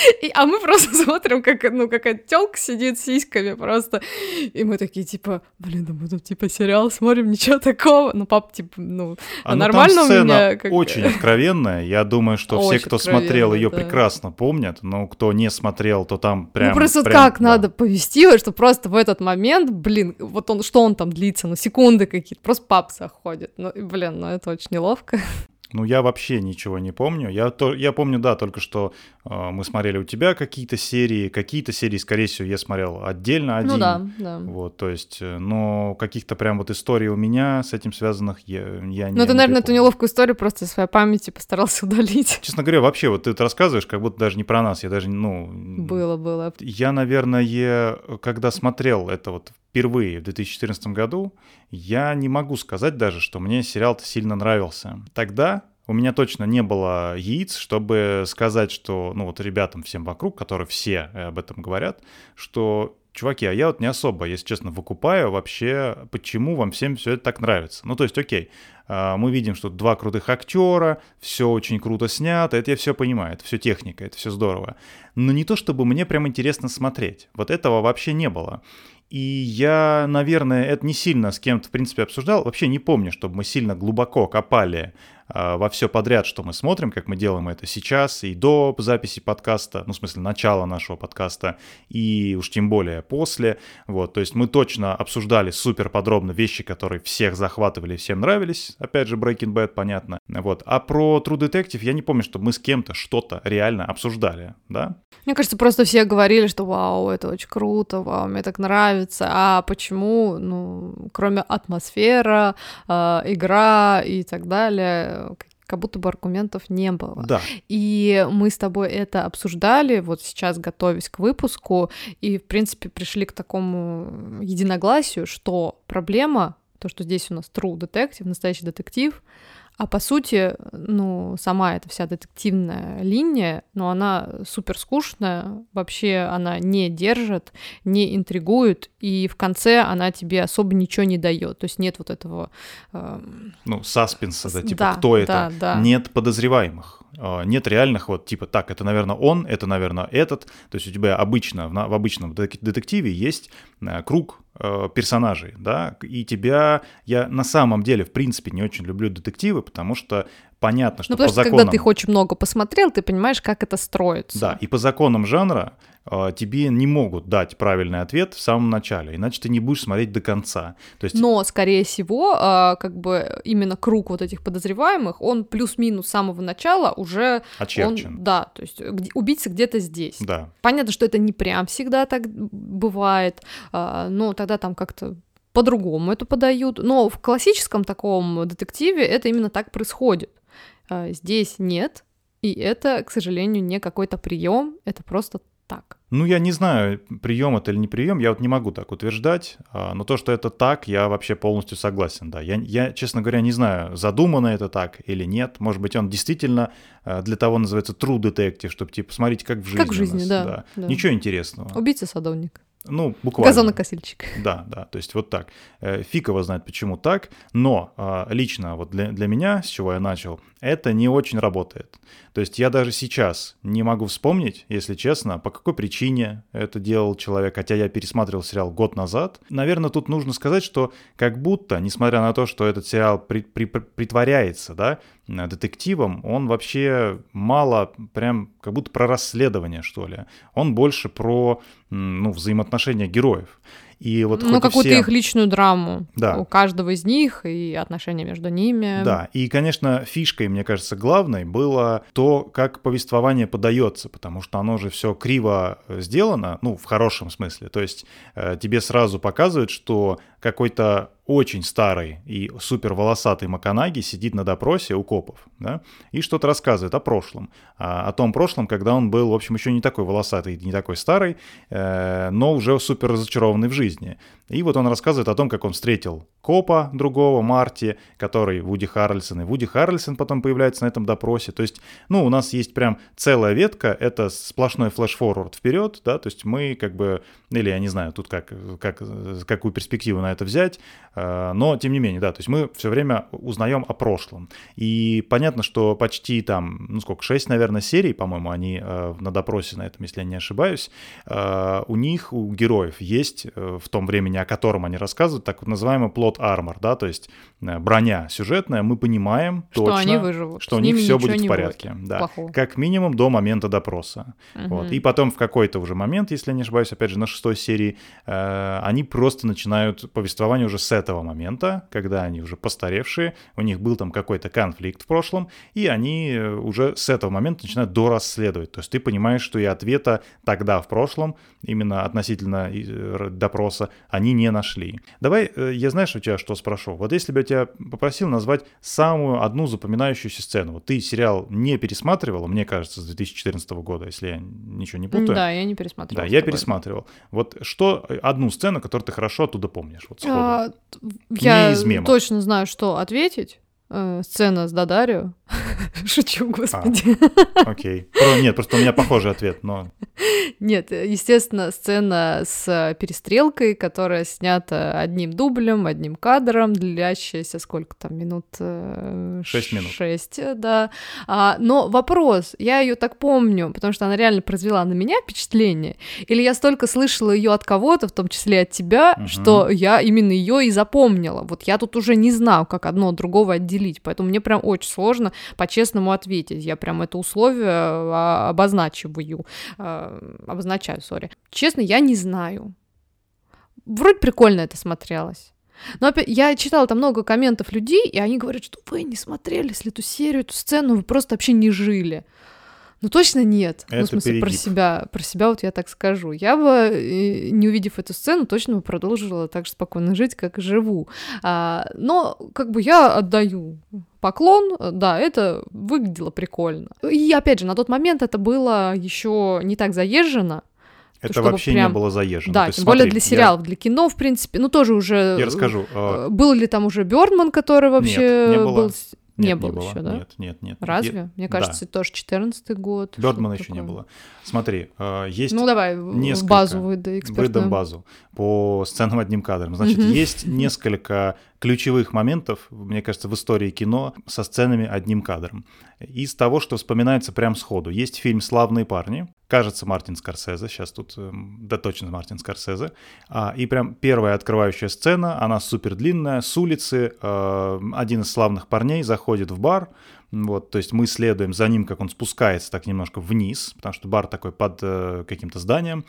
А мы просто смотрим, как, ну, какая-то тёлка сидит с сиськами просто, и мы такие, типа, блин, да мы тут, типа, сериал смотрим, ничего такого. Ну, папа, типа, ну, нормально у меня. Очень откровенная. Я думаю, что все, кто смотрел ее, да, прекрасно помнят. Но кто не смотрел, то там прям... Ну, просто как надо повести, что просто в этот момент, блин, вот он, что он там длится, ну, секунды какие-то, просто пап заходит. Ну, блин, ну, это очень неловко. Ну, я вообще ничего не помню. Я помню, да, только что мы смотрели у тебя какие-то серии, скорее всего, я смотрел отдельно один. Ну да. Вот, то есть, но каких-то прям вот историй у меня с этим связанных я не Ну, ты, наверное, эту неловкую историю просто из своей памяти постарался удалить. Честно говоря, вообще, вот ты это рассказываешь, как будто даже не про нас, я даже, ну... Было. Я, наверное, когда смотрел это вот впервые в 2014 году, я не могу сказать даже, что мне сериал-то сильно нравился. Тогда у меня точно не было яиц, чтобы сказать, что, ну вот ребятам всем вокруг, которые все об этом говорят, что, чуваки, а я вот не особо, если честно, выкупаю вообще, почему вам всем все это так нравится. Ну то есть, окей, мы видим, что два крутых актера, все очень круто снято, это я все понимаю, это все техника, это все здорово. Но не то, чтобы мне прям интересно смотреть. Вот этого вообще не было. И я, наверное, это не сильно с кем-то, в принципе, обсуждал. Вообще не помню, чтобы мы сильно глубоко копали во все подряд, что мы смотрим, как мы делаем это сейчас и до записи подкаста, ну, в смысле, начала нашего подкаста, и уж тем более после. Вот, то есть мы точно обсуждали супер подробно вещи, которые всех захватывали и всем нравились. Опять же, Breaking Bad, понятно. Вот. А про True Detective я не помню, чтобы мы с кем-то что-то реально обсуждали, да? Мне кажется, просто все говорили, что вау, это очень круто, вау, мне так нравится. А почему? Ну, кроме атмосферы, игра и так далее, как будто бы аргументов не было. Да. И мы с тобой это обсуждали, вот сейчас готовясь к выпуску, и, в принципе, пришли к такому единогласию, что проблема, то, что здесь у нас true detective, настоящий детектив, а по сути, ну, сама эта вся детективная линия, ну, она супер скучная, вообще она не держит, не интригует, и в конце она тебе особо ничего не дает. То есть нет вот этого... Ну, саспенса, да, типа, да, кто это? Да. Нет подозреваемых. Нет реальных вот, типа, так, это, наверное, он, это, наверное, этот. То есть у тебя обычно, в обычном детективе есть круг персонажей, да, и тебя... Я на самом деле, в принципе, не очень люблю детективы, потому что понятно, что ну, потому по законам... когда ты их очень много посмотрел, ты понимаешь, как это строится. Да, и по законам жанра тебе не могут дать правильный ответ в самом начале, иначе ты не будешь смотреть до конца. То есть... Но, скорее всего, как бы именно круг вот этих подозреваемых, он плюс-минус с самого начала уже... очерчен. Да, то есть убийца где-то здесь. Да. Понятно, что это не прям всегда так бывает, но тогда там как-то по-другому это подают. Но в классическом таком детективе это именно так происходит. Здесь нет, и это, к сожалению, не какой-то прием, это просто так. Ну, я не знаю, прием это или не прием, я вот не могу так утверждать, но то, что это так, я вообще полностью согласен, да. Я, честно говоря, не знаю, задумано это так или нет. Может быть, он действительно для того называется true detective, чтобы, типа, смотрите, как в жизни. Как в жизни, да. Ничего интересного. Убийца-садовник. Ну, буквально. Газонокосильщик. Да, то есть вот так. Фиг его знает, почему так, но лично вот для меня, с чего я начал, это не очень работает. То есть я даже сейчас не могу вспомнить, если честно, по какой причине это делал человек, хотя я пересматривал сериал год назад. Наверное, тут нужно сказать, что как будто, несмотря на то, что этот сериал притворяется, да, детективом, он вообще мало прям как будто про расследование, что ли. Он больше про, ну, взаимоотношения героев. И вот ну, какую-то все... их личную драму. Да. У каждого из них и отношения между ними. Да, и, конечно, фишкой, мне кажется, главной было то, как повествование подается, потому что оно же все криво сделано, ну, в хорошем смысле. То есть тебе сразу показывают, что какой-то очень старый и супер волосатый Маканаги сидит на допросе у копов, да, и что-то рассказывает о прошлом, о том прошлом, когда он был, в общем, еще не такой волосатый, не такой старый, но уже супер разочарованный в жизни. жизни. И вот он рассказывает о том, как он встретил копа другого, Марти, который Вуди Харрельсон. И Вуди Харрельсон потом появляется на этом допросе. То есть, у нас есть прям целая ветка, это сплошной флэш-форвард вперед, да, то есть мы как бы, или я не знаю, тут какую перспективу на это взять, но тем не менее, да, то есть мы все время узнаем о прошлом. И понятно, что почти там, 6, наверное, серий, по-моему, они на допросе на этом, если я не ошибаюсь, у них, у героев есть в том времени, о котором они рассказывают, так вот называемый plot armor, да, то есть броня сюжетная, мы понимаем что точно, они выживут, что у них все будет в порядке. Да, плохого. как минимум до момента допроса. Вот. И потом в какой-то уже момент, если я не ошибаюсь, опять же, на 6 серии, они просто начинают повествование уже с этого момента, когда они уже постаревшие, у них был там какой-то конфликт в прошлом, и они уже с этого момента начинают дорасследовать. То есть ты понимаешь, что и ответа тогда в прошлом, именно относительно допроса, они не нашли. Давай, я знаешь, у тебя что спрошу? Вот если бы я тебя попросил назвать самую одну запоминающуюся сцену. Вот ты сериал не пересматривала, мне кажется, с 2014 года, если я ничего не путаю. Да, я не пересматривала. Да, я пересматривал. Вот что, одну сцену, которую ты хорошо оттуда помнишь? Вот сходу. Я точно знаю, что ответить. Сцена с Дадарио. Шучу, господи. Окей. Нет, просто у меня похожий ответ, но... Нет, естественно, сцена с перестрелкой, которая снята одним дублем, одним кадром, длящаяся сколько там, минут? 6 минут. 6, да. Но вопрос, я ее так помню, потому что она реально произвела на меня впечатление, или я столько слышала ее от кого-то, в том числе от тебя, что я именно ее и запомнила. Вот я тут уже не знаю, как одно от другого отделить, поэтому мне прям очень сложно по-честному ответить. Я прям это условие обозначаю. Честно, я не знаю. Вроде прикольно это смотрелось. Но опять, я читала там много комментов людей, и они говорят, что вы не смотрели, если эту серию, эту сцену, вы просто вообще не жили. Ну, точно нет. Это в смысле, перегиб. про себя вот я так скажу. Я бы, не увидев эту сцену, точно бы продолжила так же спокойно жить, как и живу. Но как бы я отдаю поклон, да, это выглядело прикольно. И опять же, на тот момент это было еще не так заезжено. Это вообще не было заезжено. Да, тем более для сериалов, для кино, в принципе, тоже уже... Я расскажу. Был ли там уже Бёрдман, который вообще Нет, не было. был... Не было еще, да? Нет. Разве? Мне кажется, это тоже 14-й год. Бёрдмана еще не было. Смотри, есть давай несколько... базу экспертную. Выдам базу по сценам одним кадром. Значит, есть несколько ключевых моментов, мне кажется, в истории кино со сценами одним кадром. Из того, что вспоминается прям сходу. Есть фильм «Славные парни». Кажется, Мартин Скорсезе. Сейчас тут... Да, точно Мартин Скорсезе. И прям первая открывающая сцена, она супер длинная, с улицы. Один из славных парней заходит в бар. Вот, то есть мы следуем за ним, как он спускается так немножко вниз, потому что бар такой под каким-то зданием.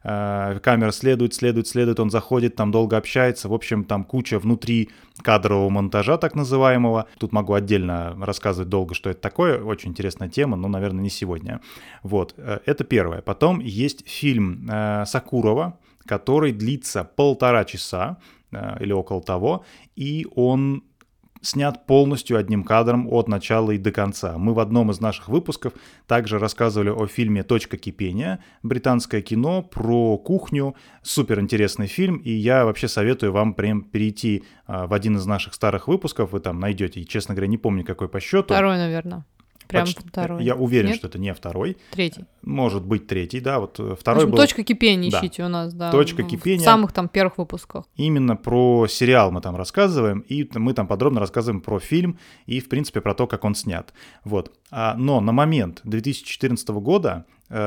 Камера следует, он заходит, там долго общается. В общем, там куча внутри кадрового монтажа, так называемого. Тут могу отдельно рассказывать долго, что это такое. Очень интересная тема, но, наверное, не сегодня. Вот, это первое. Потом есть фильм Сакурова, который длится 1,5 часа или около того, и он снят полностью одним кадром от начала и до конца. Мы в одном из наших выпусков также рассказывали о фильме «Точка кипения», британское кино про кухню, суперинтересный фильм, и я вообще советую вам прям перейти в один из наших старых выпусков, вы там найдете, и, честно говоря, не помню, какой по счету. Второй, наверное. Прям второй. Я уверен, Нет? что это не второй. Третий. Может быть, третий, да. Вот второй в общем, был... «Точка кипения» ищите у нас, да. «Точка кипения». В самых там первых выпусках. Именно про сериал мы там рассказываем, и мы там подробно рассказываем про фильм и, в принципе, про то, как он снят. Вот. Но на момент 2014 года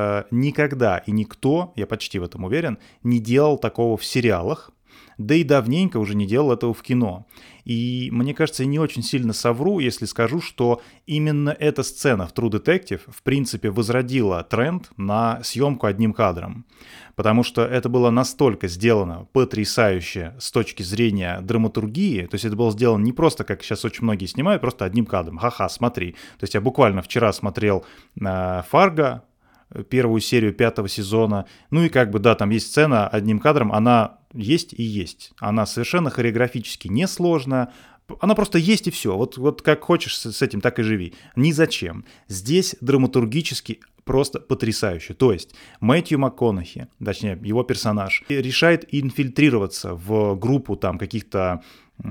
никогда и никто, я почти в этом уверен, не делал такого в сериалах, да и давненько уже не делал этого в кино. И мне кажется, я не очень сильно совру, если скажу, что именно эта сцена в True Detective, в принципе, возродила тренд на съемку одним кадром. Потому что это было настолько сделано потрясающе с точки зрения драматургии. То есть это было сделано не просто, как сейчас очень многие снимают, просто одним кадром. Ха-ха, смотри. То есть я буквально вчера смотрел «Фарго», первую серию 5-го сезона. Ну и как бы, да, там есть сцена одним кадром, она есть и есть. Она совершенно хореографически несложная. Она просто есть и все. Вот как хочешь с этим, так и живи. Ни зачем. Здесь драматургически просто потрясающе. То есть Мэтью МакКонахи, точнее, его персонаж, решает инфильтрироваться в группу там каких-то,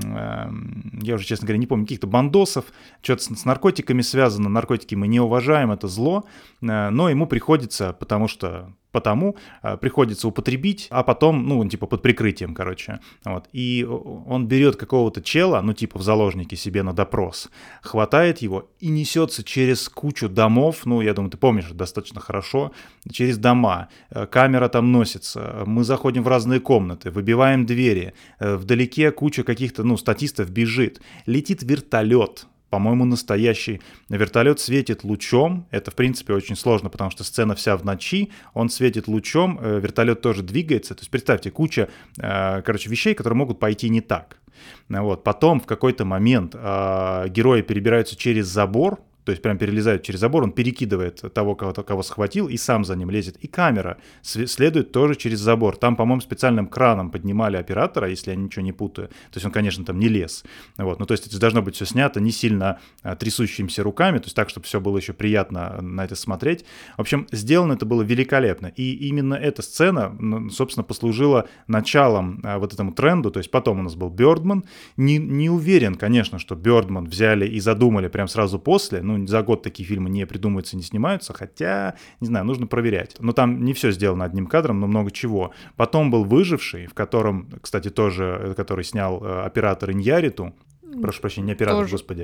я уже, честно говоря, не помню, каких-то бандосов, что-то с наркотиками связано, наркотики мы не уважаем, это зло, но ему приходится, потому приходится употребить, а потом, ну, типа под прикрытием, короче, вот, и он берет какого-то чела, ну, типа в заложники себе на допрос, хватает его и несется через кучу домов, ну, я думаю, ты помнишь достаточно хорошо, через дома, камера там носится, мы заходим в разные комнаты, выбиваем двери, вдалеке куча каких-то, ну, статистов бежит, летит вертолет, по-моему, настоящий. Вертолет светит лучом. Это, в принципе, очень сложно, потому что сцена вся в ночи. Он светит лучом, вертолет тоже двигается. То есть, представьте, куча, вещей, которые могут пойти не так. Вот. Потом в какой-то момент герои перебираются через забор, то есть прям перелезают через забор, он перекидывает того, кого схватил, и сам за ним лезет. И камера следует тоже через забор. Там, по-моему, специальным краном поднимали оператора, если я ничего не путаю. То есть он, конечно, там не лез. Вот. Ну, то есть это должно быть все снято не сильно трясущимися руками, то есть так, чтобы все было еще приятно на это смотреть. В общем, сделано это было великолепно. И именно эта сцена, собственно, послужила началом вот этому тренду. То есть потом у нас был Бёрдман. Не уверен, конечно, что Бёрдман взяли и задумали прям сразу после. Ну, за год такие фильмы не придумываются, не снимаются, хотя, не знаю, нужно проверять. Но там не все сделано одним кадром, но много чего. Потом был «Выживший», в котором, кстати, тоже, который снял оператор Иньярриту, прошу прощения, не оператор, тоже, господи,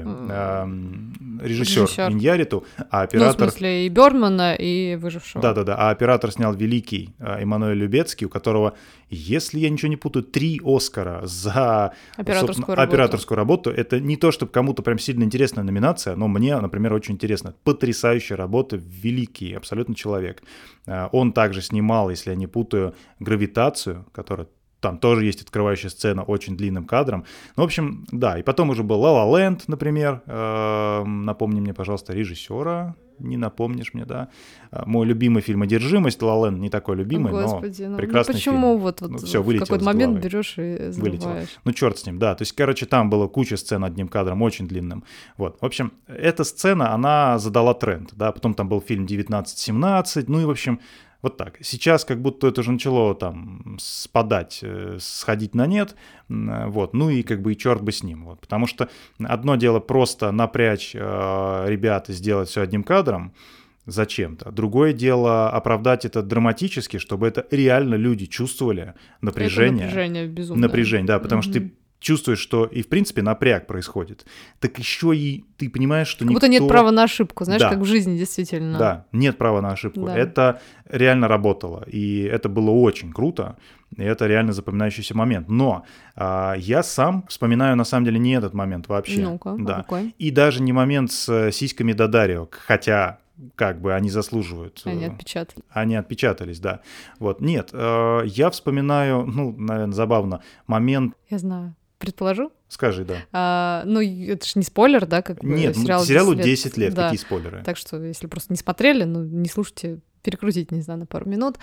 режиссер Иньярриту, а оператор... Ну, в смысле, и Бёрдмана, и «Выжившего». Да-да-да, а оператор снял великий Эммануэль Любецкий, у которого, если я ничего не путаю, 3 Оскара за операторскую работу. Это не то, чтобы кому-то прям сильно интересная номинация, но мне, например, очень интересно. Потрясающая работа, великий абсолютно человек. Он также снимал, если я не путаю, «Гравитацию», которая... Там тоже есть открывающая сцена очень длинным кадром. Ну, в общем, да. И потом уже был «Ла Ла Ленд», например. Напомни мне, пожалуйста, режиссера. Не напомнишь мне, да. Мой любимый фильм «Одержимость». «Ла Ла Ленд» не такой любимый, но прекрасный фильм. Почему вот все в какой-то момент берешь и забываешь? Ну, черт с ним, да. То есть, короче, там была куча сцен одним кадром, очень длинным. Вот. В общем, эта сцена, она задала тренд, да. Потом там был фильм «1917». Ну и, в общем... Вот так. Сейчас как будто это уже начало там спадать, сходить на нет, вот, ну и как бы и черт бы с ним, вот, потому что одно дело просто напрячь ребят и сделать все одним кадром зачем-то, другое дело оправдать это драматически, чтобы это реально люди чувствовали напряжение. Это напряжение безумное. Напряжение, да, потому что ты чувствуешь, что и в принципе напряг происходит, так еще и ты понимаешь, что как будто нет права на ошибку, знаешь, да. как в жизни действительно. Да, нет права на ошибку. Да. Это реально работало, и это было очень круто, и это реально запоминающийся момент. Но я сам вспоминаю на самом деле не этот момент вообще. Ну-ка, да. какой? И даже не момент с сиськами Додарио, хотя... как бы они заслуживают. Они отпечатались. Они отпечатались, да. Вот, нет, я вспоминаю, ну, наверное, забавно, момент... Я знаю. Предположу? Скажи, да. Ну, это же не спойлер, да? Как бы нет, сериалу 10 лет. Да. Какие спойлеры? Так что, если просто не смотрели, ну, не слушайте, перекрутите, не знаю, на пару минут.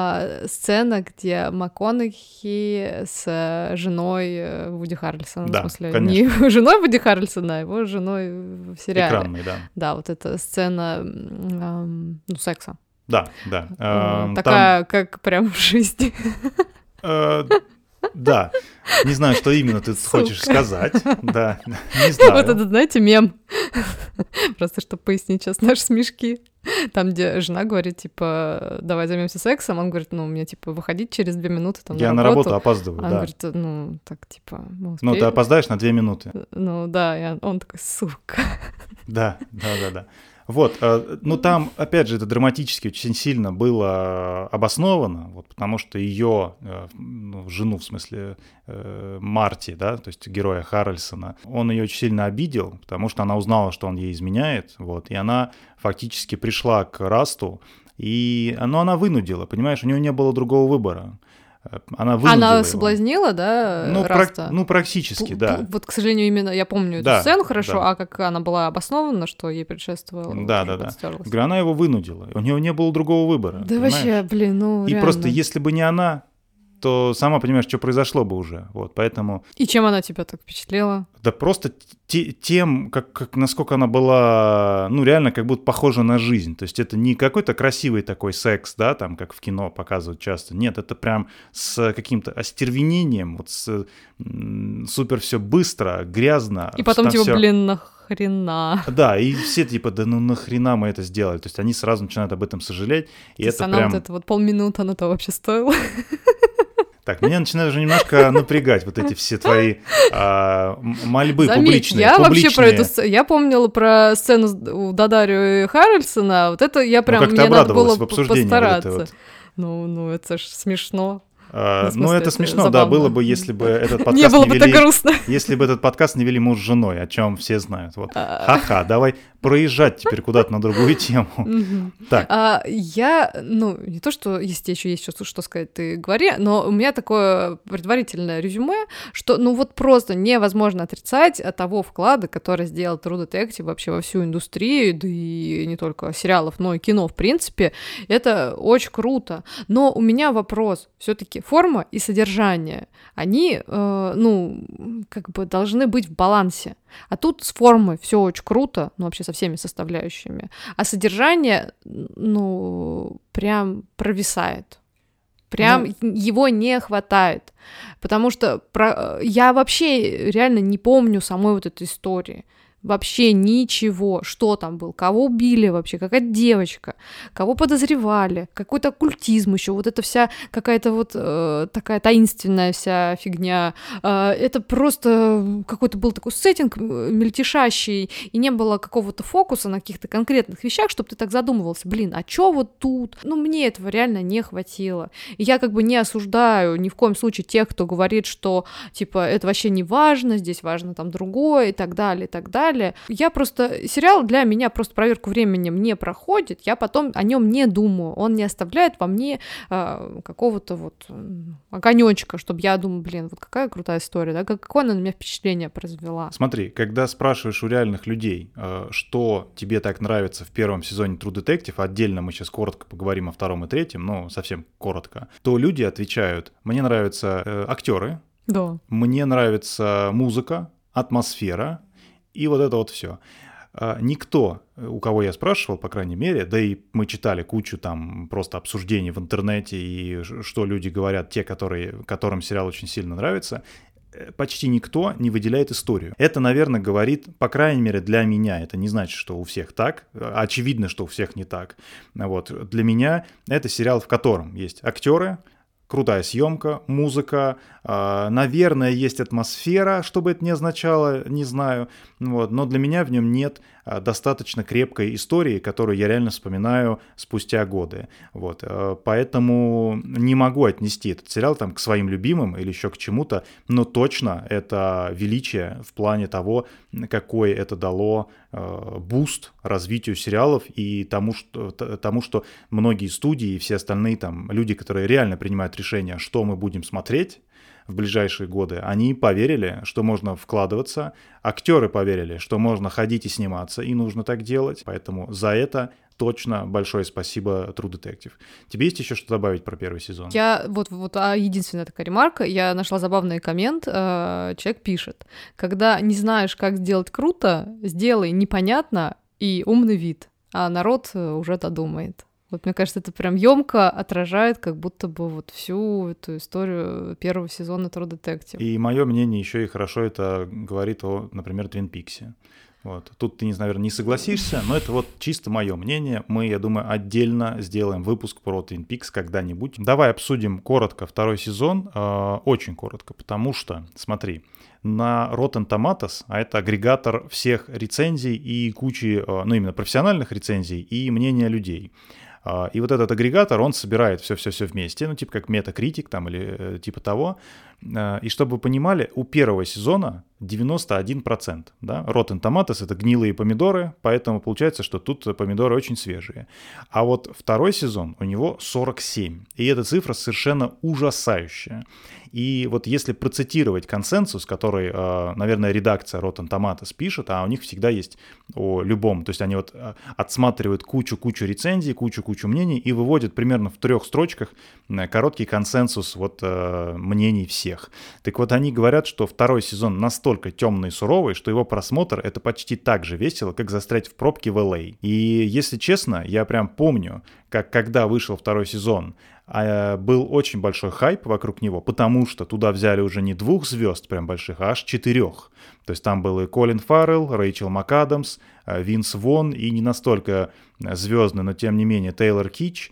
Сцена, где МакКонахи с женой Вуди Харрельсона, да, в смысле, конечно. не женой Вуди Харрельсона, а его женой в сериале. Экранной, да. Да, вот эта сцена, ну, секса. Да, да. Такая, как прям в жизни. Да, не знаю, что именно ты хочешь сказать, да, не знаю. Вот это, знаете, мем, просто чтобы пояснить сейчас наши смешки, там, где жена говорит, типа, давай займемся сексом, он говорит, ну, мне, типа, выходить через 2 минуты там я на работу опаздываю, он да. говорит, ну, так, типа, мы успеем. Ну, ты опоздаешь на 2 минуты. Ну, да, и он такой, сука. Да. Вот, ну там, опять же, это драматически очень сильно было обосновано, вот, потому что ее, жену, в смысле, Марти, да, то есть героя Харрельсона, он ее очень сильно обидел, потому что она узнала, что он ей изменяет, вот, и она фактически пришла к Расту, и она вынудила, понимаешь, у нее не было другого выбора. Она соблазнила, да, Раста? Практически, да. Вот, к сожалению, именно я помню эту сцену хорошо, а как она была обоснована, что ей предшествовало. Да. Говорю, она его вынудила, у нее не было другого выбора. Да понимаешь? Вообще, блин, ну и реально. просто если бы не она, то сама понимаешь, что произошло бы уже. Вот, поэтому... И чем она тебя так впечатлила? Да просто тем, насколько она была, ну, реально как будто похожа на жизнь. То есть это не какой-то красивый такой секс, да, там, как в кино показывают часто. Нет, это прям с каким-то остервенением, вот супер все быстро, грязно. И потом типа, всё... блин, нахрена? Да, и все типа, да ну нахрена мы это сделали. То есть они сразу начинают об этом сожалеть. И То есть это она прям... вот это вот полминуты, она того вообще стоила? Так, меня начинают уже немножко напрягать вот эти все твои мольбы публичные. Я вообще про эту... Я помнила про сцену у Дадарио и Харрельсона, вот это я прям... Ну, как ты мне надо было в обсуждении постараться. вот это вот. Ну, это ж смешно. Ну, это смешно, да, было бы, если бы этот подкаст не было бы так грустно. Если бы этот подкаст не вели муж с женой, о чем все знают. Вот. Ха-ха, давай проезжать теперь куда-то на другую тему. Так. Я, ну, не то, что, если еще есть что сказать, ты говори, но у меня такое предварительное резюме, что, ну, вот просто невозможно отрицать того вклада, который сделал True Detective вообще во всю индустрию, да и не только сериалов, но и кино, в принципе. Это очень круто. Но у меня вопрос. Все-таки форма и содержание, они, ну, как бы должны быть в балансе. А тут с формой все очень круто, ну, вообще со всеми составляющими, а содержание, ну, прям провисает. Прям его не хватает. Потому что я вообще реально не помню самой вот этой истории. Вообще ничего, что там был, кого убили вообще, какая девочка, кого подозревали, какой-то оккультизм еще, вот эта вся какая-то вот такая таинственная вся фигня. Это просто какой-то был такой сеттинг мельтешащий, и не было какого-то фокуса на каких-то конкретных вещах, чтобы ты так задумывался, блин, а чё вот тут? Ну, мне этого реально не хватило. И я как бы не осуждаю ни в коем случае тех, кто говорит, что, типа, это вообще не важно, здесь важно там другое и так далее, и так далее. Я просто... Сериал для меня просто проверку временем не проходит, я потом о нем не думаю, он не оставляет во мне какого-то вот огонёчка, чтобы я думала, блин, вот какая крутая история, да, какое она на меня впечатление произвела. Смотри, когда спрашиваешь у реальных людей, что тебе так нравится в первом сезоне True Detective, отдельно мы сейчас коротко поговорим о втором и третьем, но совсем коротко, то люди отвечают, мне нравятся актеры, да. Мне нравится музыка, атмосфера, и вот это вот все. Никто, у кого я спрашивал, по крайней мере, да и мы читали кучу там просто обсуждений в интернете, и что люди говорят, те, которым сериал очень сильно нравится, почти никто не выделяет историю. Это, наверное, говорит, по крайней мере, для меня, это не значит, что у всех так, очевидно, что у всех не так. Вот. Для меня это сериал, в котором есть актеры, крутая съемка, музыка, наверное, есть атмосфера, что бы это ни означало, не знаю, вот, но для меня в нем нет достаточно крепкой истории, которую я реально вспоминаю спустя годы. Вот, поэтому не могу отнести этот сериал там, к своим любимым или еще к чему-то, но точно это величие в плане того, какой это дало буст развитию сериалов и тому, что многие студии и все остальные там люди, которые реально принимают решение, что мы будем смотреть в ближайшие годы, они поверили, что можно вкладываться, актеры поверили, что можно ходить и сниматься, и нужно так делать, поэтому за это точно большое спасибо True Detective. Тебе есть еще что добавить про первый сезон? Я единственная такая ремарка, я нашла забавный коммент, человек пишет, когда не знаешь, как сделать круто, сделай непонятно и умный вид, а народ уже додумает. Вот мне кажется, это прям ёмко отражает как будто бы вот всю эту историю первого сезона True Detective. И мое мнение еще и хорошо это говорит о, например, Twin Peaks. Вот. Тут ты, наверное, не согласишься, но это вот чисто мое мнение. Мы, я думаю, отдельно сделаем выпуск про Twin Peaks когда-нибудь. Давай обсудим коротко второй сезон, очень коротко, потому что, смотри, на Rotten Tomatoes, а это агрегатор всех рецензий и кучи, ну именно профессиональных рецензий и мнения людей. И вот этот агрегатор, он собирает все вместе, ну типа как Metacritic там или типа того. И чтобы вы понимали, у первого сезона 91%. Да? Rotten Tomatoes — это гнилые помидоры, поэтому получается, что тут помидоры очень свежие. А вот второй сезон у него 47%. И эта цифра совершенно ужасающая. И вот если процитировать консенсус, который, наверное, редакция Rotten Tomatoes пишет, а у них всегда есть о любом, то есть они вот отсматривают кучу рецензий, кучу мнений и выводят примерно в 3 строчках короткий консенсус вот мнений всех. Так вот, они говорят, что 2 сезон настолько темный и суровый, что его просмотр — это почти так же весело, как застрять в пробке в Л.А. И если честно, я прям помню, как когда вышел 2 сезон, был очень большой хайп вокруг него, потому что туда взяли уже не 2 звезд прям больших, а аж 4. То есть там был и Колин Фаррелл, Рэйчел МакАдамс, Винс Вон и не настолько звездный, но тем не менее Тейлор Китч.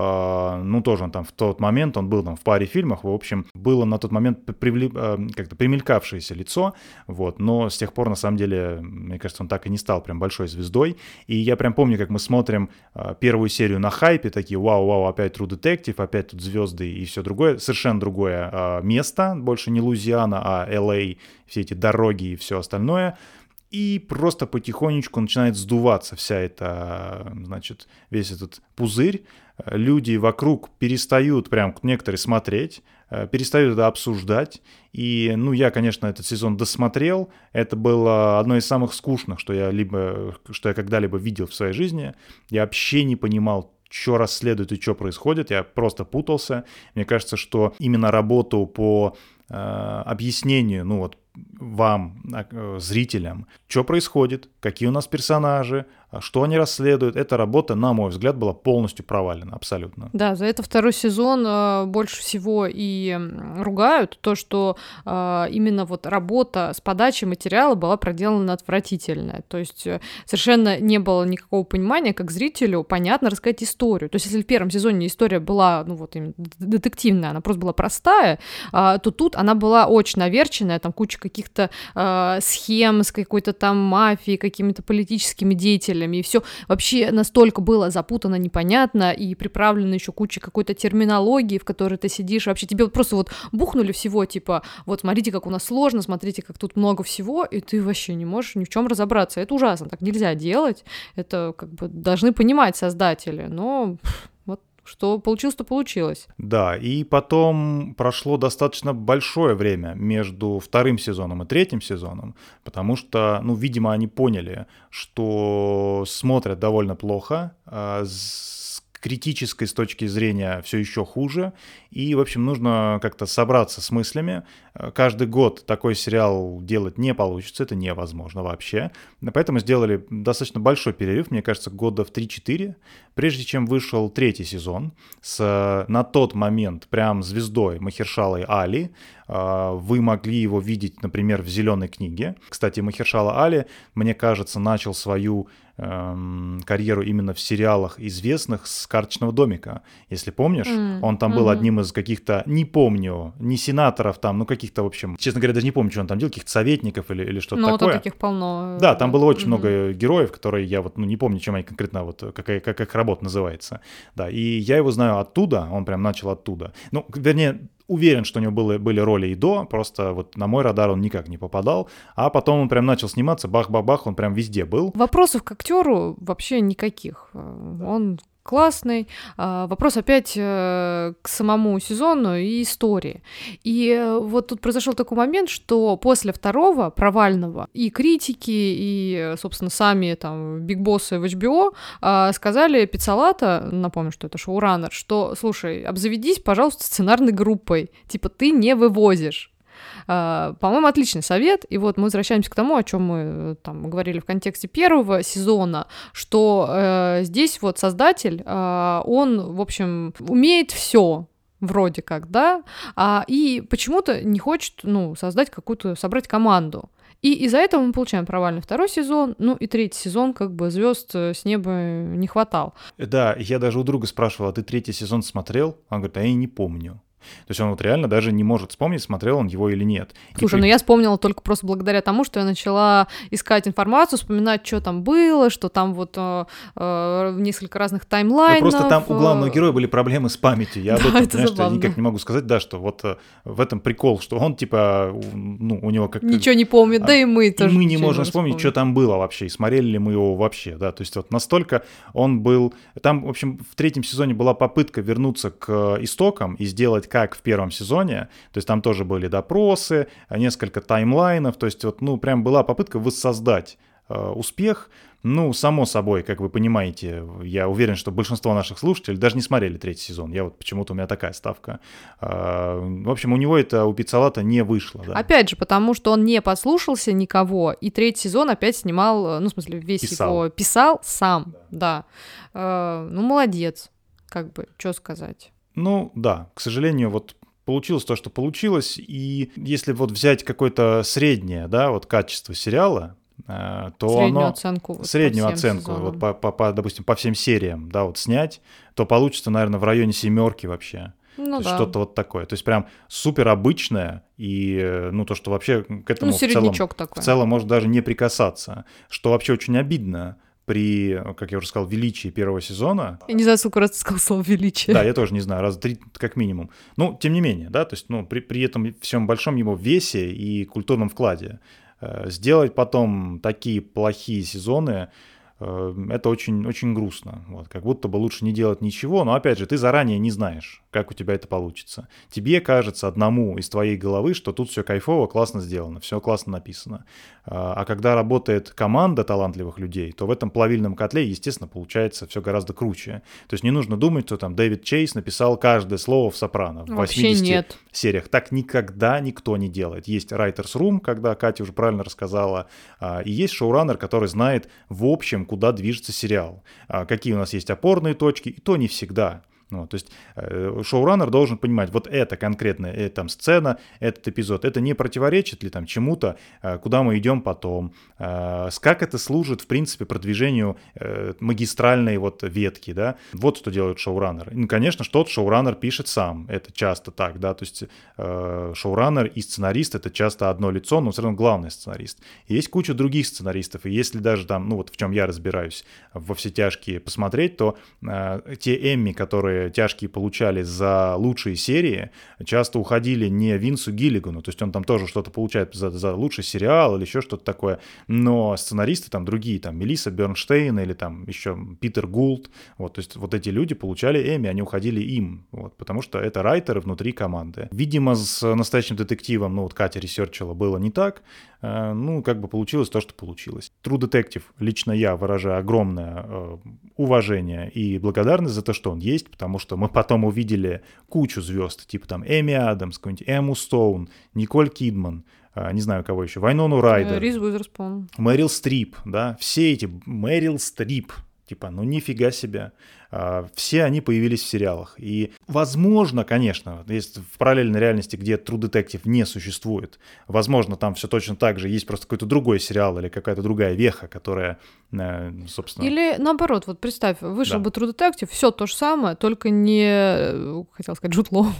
Ну, тоже он там в тот момент, он был там в паре фильмов, в общем, было на тот момент как-то примелькавшееся лицо, вот, но с тех пор, на самом деле, мне кажется, он так и не стал прям большой звездой, и я прям помню, как мы смотрим 1 серию на хайпе, такие, вау, опять True Detective, опять тут звезды и все другое, совершенно другое место, больше не Луизиана, а Л.А., все эти дороги и все остальное. И просто потихонечку начинает сдуваться вся эта, значит, весь этот пузырь. Люди вокруг перестают прям некоторые смотреть, перестают это обсуждать. И, ну, я, конечно, этот сезон досмотрел. Это было одно из самых скучных, что я когда-либо видел в своей жизни. Я вообще не понимал, что расследуют и что происходит. Я просто путался. Мне кажется, что именно работу по объяснению, ну вот, вам, зрителям, что происходит, какие у нас персонажи, что они расследуют. Эта работа, на мой взгляд, была полностью провалена, абсолютно. Да, за это 2 сезон больше всего и ругают, то, что именно вот работа с подачей материала была проделана отвратительная. То есть совершенно не было никакого понимания, как зрителю понятно рассказать историю. То есть если в 1 сезоне история была, ну вот именно детективная, она просто была простая, то тут она была очень наверченная, там куча каких-то схем с какой-то там мафией, какими-то политическими деятелями, и все вообще настолько было запутано, непонятно, и приправлено еще кучей какой-то терминологии, в которой ты сидишь, вообще тебе вот просто вот бухнули всего, типа, вот смотрите, как у нас сложно, смотрите, как тут много всего, и ты вообще не можешь ни в чем разобраться. Это ужасно, так нельзя делать, это как бы должны понимать создатели, но... Что получилось, то получилось. Да, и потом прошло достаточно большое время между 2 сезоном и 3 сезоном, потому что, ну, видимо, они поняли, что смотрят довольно плохо, с критической с точки зрения все еще хуже, и, в общем, нужно как-то собраться с мыслями. Каждый год такой сериал делать не получится, это невозможно вообще. Поэтому сделали достаточно большой перерыв, мне кажется, года в 3-4, прежде чем вышел 3 сезон с на тот момент прям звездой Махершалой Али. Вы могли его видеть, например, в «Зеленой книге». Кстати, Махершала Али, мне кажется, начал свою карьеру именно в сериалах известных с «Карточного домика». Если помнишь, он там был одним из каких-то, не помню, не сенаторов там, ну каких-то, в общем, честно говоря, даже не помню, что он там делал, каких-то советников или что-то такое. Ну, таких полно. Да, там было очень много героев, которые я вот, ну, не помню, чем они конкретно, вот, как их работа называется. Да, и я его знаю оттуда, он прям начал оттуда. Ну, вернее, уверен, что у него были роли и до, просто вот на мой радар он никак не попадал, а потом он прям начал сниматься, бах-бах-бах, он прям везде был. Вопросов к актеру вообще никаких. Он классный. Вопрос опять к самому сезону и истории. И вот тут произошел такой момент, что после 2 провального и критики, и, собственно, сами там бигбоссы в HBO сказали Пиццалата, напомню, что это шоураннер, что, слушай, обзаведись, пожалуйста, сценарной группой, типа ты не вывозишь. По-моему, отличный совет. И вот мы возвращаемся к тому, о чем мы там говорили в контексте 1 сезона, что здесь вот создатель, он, в общем, умеет все. Вроде как, да, и почему-то не хочет, ну, собрать команду. И из-за этого мы получаем провальный 2 сезон, ну и 3 сезон, как бы звезд с неба не хватал. Да, я даже у друга спрашивал, а ты 3 сезон смотрел? Он говорит, а я не помню. То есть он вот реально даже не может вспомнить, смотрел он его или нет. Слушай, ну я вспомнила только просто благодаря тому, что я начала искать информацию, вспоминать, что там было, что там вот несколько разных таймлайнов. Ну, просто там у главного героя были проблемы с памятью. Я об этом, понимаешь, что я никак не могу сказать, да, что вот в этом прикол, что он типа, ну, у него как... Ничего не помнит, да и мы тоже. И мы не можем вспомнить, что там было вообще, и смотрели ли мы его вообще, да, то есть вот настолько он был... Там, в общем, в 3 сезоне была попытка вернуться к истокам и сделать как в первом сезоне, то есть там тоже были допросы, несколько таймлайнов, то есть вот, ну, прям была попытка воссоздать успех. Ну, само собой, как вы понимаете, я уверен, что большинство наших слушателей даже не смотрели третий сезон. Я вот почему-то, у меня такая ставка. В общем, у него это, у Пиццолатто не вышло. Да. Опять же, потому что он не послушался никого, и третий сезон опять снимал, ну, в смысле, его писал сам, да. Ну, молодец, как бы, что сказать. Ну, да, к сожалению, вот получилось то, что получилось, и если вот взять какое-то среднее, да, вот качество сериала, то среднюю оценку, вот среднюю оценку вот допустим, по всем сериям, да, вот снять, то получится, наверное, в районе 7 вообще. Ну, то да. Что-то вот такое. То есть прям супер обычное, и ну то, что вообще к этому в целом может даже не прикасаться, что вообще очень обидно при, как я уже сказал, величии первого сезона. Я не знаю, сколько раз ты сказал слово «величие». Да, я тоже не знаю, раза 3 как минимум. Ну, тем не менее, да, то есть, ну, при этом всем большом его весе и культурном вкладе сделать потом такие плохие сезоны, это очень, очень грустно. Вот, как будто бы лучше не делать ничего, но опять же, ты заранее не знаешь, как у тебя это получится. Тебе кажется одному из твоей головы, что тут все кайфово, классно сделано, все классно написано. А когда работает команда талантливых людей, то в этом плавильном котле, естественно, получается все гораздо круче. То есть не нужно думать, что там Дэвид Чейз написал каждое слово в «Сопрано» в 80 сериях. Так никогда никто не делает. Есть Writer's Room, когда Катя уже правильно рассказала, и есть шоураннер, который знает в общем, куда движется сериал, какие у нас есть опорные точки, и то не всегда. Ну, то есть шоураннер должен понимать, вот эта конкретная там сцена, этот эпизод, это не противоречит ли там чему-то, куда мы идем потом, как это служит, в принципе, продвижению магистральной вот ветки, да, вот что делает шоураннер. Ну, конечно, что-то шоураннер пишет сам, это часто так, да, то есть шоураннер и сценарист — это часто одно лицо, но все равно главный сценарист. И есть куча других сценаристов, и если даже там, ну вот в чем я разбираюсь, во «Все тяжкие» посмотреть, то те Эмми, которые тяжкие получали за лучшие серии, часто уходили не Винсу Гиллигану, то есть он там тоже что-то получает за лучший сериал или еще что-то такое, но сценаристы там другие, там Мелисса Бернштейн или там еще Питер Гулд, вот, то есть вот эти люди получали Эмми, они уходили им, вот, потому что это райтеры внутри команды. Видимо, с «Настоящим детективом», ну вот Катя ресерчила, было не так, ну, как бы получилось то, что получилось. True Detective, лично я выражаю огромное уважение и благодарность за то, что он есть, потому что мы потом увидели кучу звезд, типа там Эми Адамс, какой-нибудь Эмму Стоун, Николь Кидман, не знаю кого еще, Вайнону Райдер, Риз Уизерспун, Мэрил Стрип, да, все эти, Мэрил Стрип, типа, ну нифига себе. Все они появились в сериалах. И, возможно, конечно, есть в параллельной реальности, где True Detective не существует, возможно, там все точно так же, есть просто какой-то другой сериал или какая-то другая веха, которая, собственно... Или наоборот, вот представь, вышел бы True Detective, все то же самое, только не, хотел сказать, Джуд Лоу,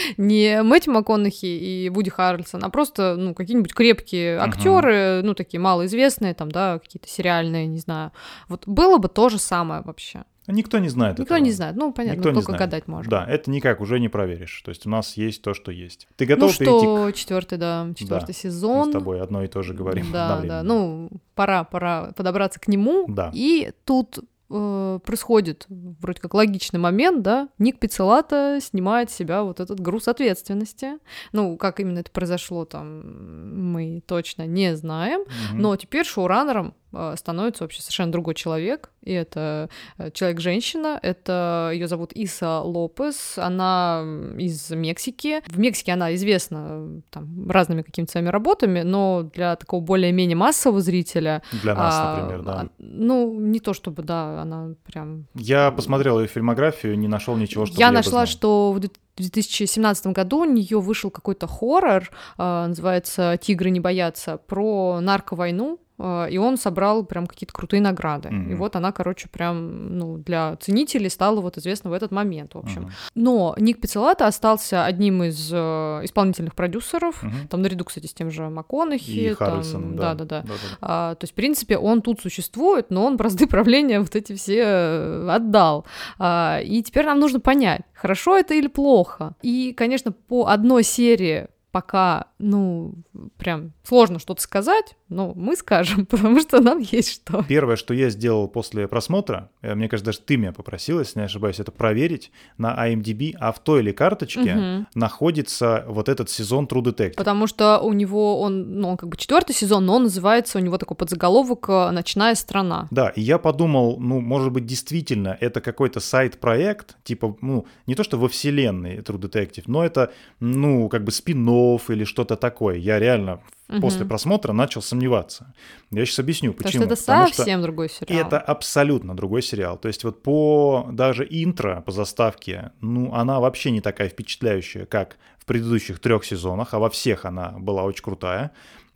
не Мэтью МакКонахи и Вуди Харрельсон, а просто, ну, какие-нибудь крепкие актеры, ну, такие малоизвестные, там, да, какие-то сериальные, не знаю. Вот было бы то же самое вообще. Никто не знает Никто этого. не знает, ну, понятно, Никто только гадать можно. Да, это никак уже не проверишь. То есть у нас есть то, что есть. Ты готов перейти? Ну что, четвертый сезон. Мы с тобой одно и то же говорим одновременно. Да, ну, пора подобраться к нему. Да. И тут происходит вроде как логичный момент, да, Ник Пиццолатто снимает с себя вот этот груз ответственности. Ну, как именно это произошло, там, мы точно не знаем, но теперь шоураннером становится вообще совершенно другой человек, и это человек-женщина, это ее зовут Иса Лопес, она из Мексики. В Мексике она известна там разными какими-то своими работами, но для такого более-менее массового зрителя... Для нас, например, да. Ну, не то чтобы, да, она прям... Я посмотрел ее фильмографию, не нашел ничего, что я нашла, что в 2017 году у нее вышел какой-то хоррор, называется «Тигры не боятся», про нарковойну, и он собрал прям какие-то крутые награды. И вот она, короче, прям, ну, для ценителей стала вот известна в этот момент, в общем. Но Ник Пиццолатто остался одним из исполнительных продюсеров, там наряду, кстати, с тем же МакКонахи. И Харрельсоном, да. То есть, в принципе, он тут существует, но он бразды правления вот эти все отдал. И теперь нам нужно понять, хорошо это или плохо. И, конечно, по одной серии пока, ну, прям сложно что-то сказать, Ну, мы скажем, потому что нам есть что. Первое, что я сделал после просмотра, мне кажется, даже ты меня попросил, если не ошибаюсь, это проверить на IMDb, а в той ли карточке находится вот этот сезон True Detective. Потому что у него он как бы 4-й сезон, но он называется, у него такой подзаголовок «Ночная страна». Да, и я подумал, может быть, действительно, это какой-то сайт-проект, типа, не то что во вселенной True Detective, но это, как бы спин-офф или что-то такое. Я реально после просмотра начал сомневаться. Я сейчас объясню, почему. Потому что это совсем другой сериал. Это абсолютно другой сериал. То есть вот по даже интро, по заставке, она вообще не такая впечатляющая, как в предыдущих 3 сезонах, а во всех она была очень крутая.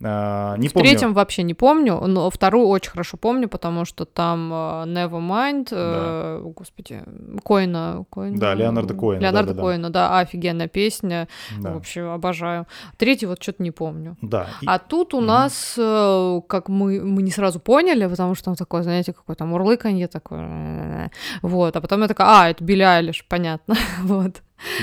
В третьем вообще не помню, но вторую очень хорошо помню, потому что там Nevermind, господи, Коэна. Да, Леонарда Коэна. Леонарда Коэна, да, офигенная песня, вообще обожаю. Третий вот что-то не помню. Да. А тут у нас, как мы не сразу поняли, потому что он такой, знаете, какое-то мурлыканье такое, вот, а потом я такая, это Билли Айлиш, понятно, вот.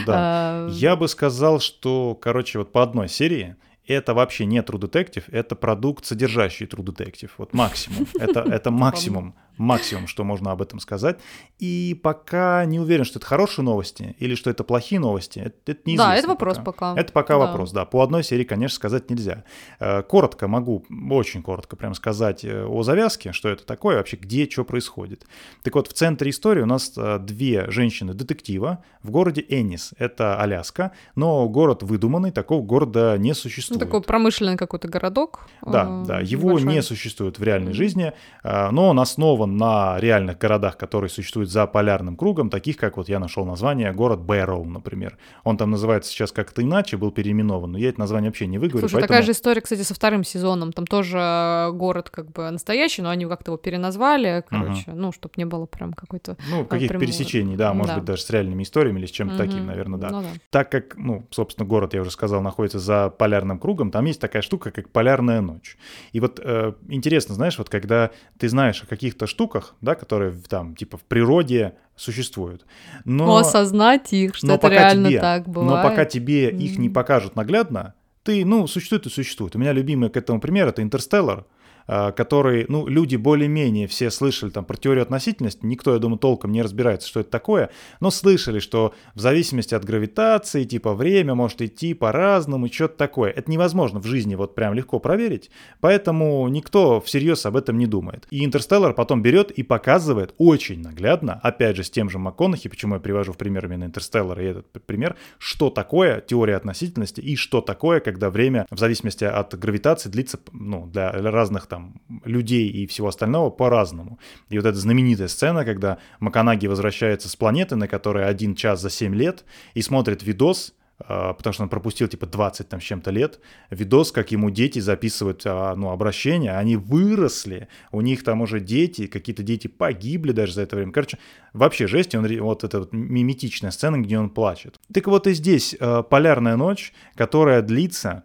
Да, я бы сказал, что, вот по одной серии это вообще не True Detective, это продукт, содержащий True Detective. Вот максимум. Это максимум, что можно об этом сказать. И пока не уверен, что это хорошие новости или что это плохие новости. Это неизвестно. Да, это вопрос пока. Это пока вопрос, да. По одной серии, конечно, сказать нельзя. Коротко могу, очень коротко прям сказать о завязке, что это такое, вообще где, что происходит. Так вот, в центре истории у нас 2 женщины-детектива в городе Эннис. Это Аляска, но город выдуманный, такого города не существует. Такой промышленный какой-то городок. Да, его не существует в реальной жизни, но он основан на реальных городах, которые существуют за полярным кругом, таких как вот я нашел название, город Бэроу, например. Он там называется сейчас как-то иначе, был переименован, но я это название вообще не выговорю. Слушай, такая же история, кстати, со 2-м сезоном. Там тоже город как бы настоящий, но они как-то его переназвали, чтобы не было прям какой-то... каких-то пересечений, может быть, даже с реальными историями или с чем-то таким, наверное, да. Так как, собственно, город, я уже сказал, находится за полярным кругом, там есть такая штука, как полярная ночь. И вот интересно, знаешь, вот когда ты знаешь о каких-то штуках, да, которые там типа в природе существуют. Но осознать их, что это реально так бывает. Но пока тебе их не покажут наглядно, ты, существует и существует. У меня любимый к этому пример — это «Интерстеллар», который, люди более-менее все слышали там про теорию относительности, никто, я думаю, толком не разбирается, что это такое, но слышали, что в зависимости от гравитации, типа, время может идти по-разному, что-то такое. Это невозможно в жизни вот прям легко проверить, поэтому никто всерьез об этом не думает. И «Интерстеллар» потом берет и показывает очень наглядно, опять же, с тем же МакКонахи, почему я привожу в пример именно «Интерстеллар» и этот пример, что такое теория относительности и что такое, когда время в зависимости от гравитации длится, для разных там людей и всего остального по-разному. И вот эта знаменитая сцена, когда МакКонахи возвращается с планеты, на которой 1 час за 7 лет, и смотрит видос, потому что он пропустил типа 20 там с чем-то лет, видос, как ему дети записывают обращения, они выросли, у них там уже дети, какие-то дети погибли даже за это время. Короче, вообще жесть, вот эта вот миметичная сцена, где он плачет. Так вот и здесь полярная ночь, которая длится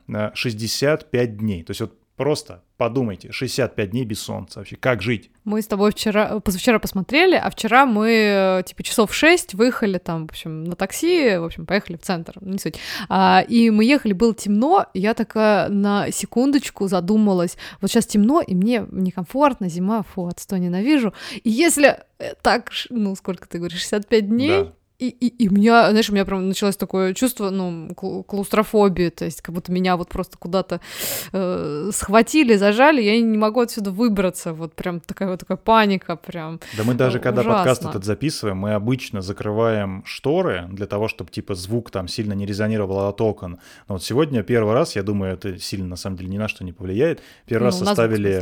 65 дней. То есть вот просто подумайте, 65 дней без солнца вообще, как жить? Мы с тобой позавчера посмотрели, а вчера мы типа часов 6 выехали там, в общем, на такси, в общем, поехали в центр, не суть. И мы ехали, было темно, и я такая на секундочку задумалась, вот сейчас темно, и мне некомфортно, зима, отстой, ненавижу. И если так, сколько ты говоришь, 65 дней... Да. И у меня, знаешь, у меня прям началось такое чувство, клаустрофобии, то есть как будто меня вот просто куда-то схватили, зажали, я не могу отсюда выбраться, вот прям такая паника, прям. Да мы даже, когда ужасно. Подкаст этот записываем, мы обычно закрываем шторы для того, чтобы, типа, звук там сильно не резонировал от окон. Но вот сегодня первый раз, я думаю, это сильно, на самом деле, ни на что не повлияет, первый раз оставили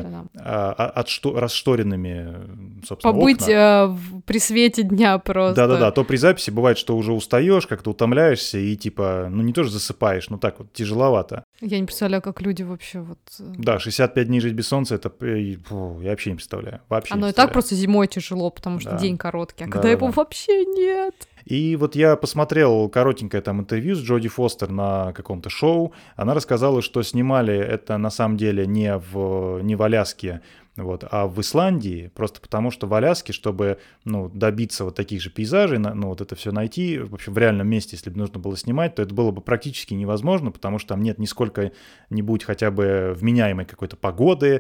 расшторенными, собственно, побыть окна. При свете дня просто. Да-да-да, то при записи бывает, что уже устаешь, как-то утомляешься и типа, не то что засыпаешь, но так вот тяжеловато. Я не представляю, как люди вообще вот... Да, 65 дней жить без солнца, это я вообще не представляю. Оно и так просто зимой тяжело, потому что день короткий, а когда его вообще нет. И вот я посмотрел коротенькое там интервью с Джоди Фостер на каком-то шоу. Она рассказала, что снимали это на самом деле не в Аляске, Вот. А в Исландии, просто потому что в Аляске, чтобы добиться вот таких же пейзажей, вот это все найти, в общем, в реальном месте, если бы нужно было снимать, то это было бы практически невозможно, потому что там нет нисколько-нибудь хотя бы вменяемой какой-то погоды,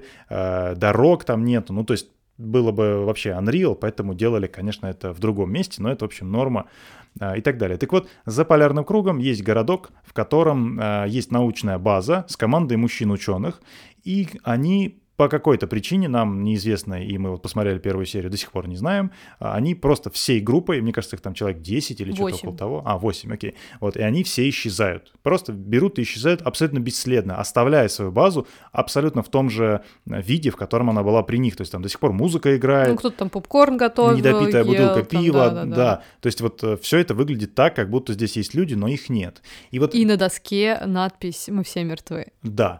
дорог там нету, то есть было бы вообще unreal, поэтому делали, конечно, это в другом месте, но это, в общем, норма и так далее. Так вот, за полярным кругом есть городок, в котором есть научная база с командой мужчин-ученых, и они по какой-то причине, нам неизвестной, и мы вот посмотрели первую серию, до сих пор не знаем, они просто всей группой, мне кажется, их там человек 10 или что-то около того. 8, окей. Вот, и они все исчезают. Просто берут и исчезают абсолютно бесследно, оставляя свою базу абсолютно в том же виде, в котором она была при них. То есть там до сих пор музыка играет. Кто-то там попкорн готовил, недопитая бутылка там, пива. да. То есть вот все это выглядит так, как будто здесь есть люди, но их нет. И на доске надпись «Мы все мертвы». Да.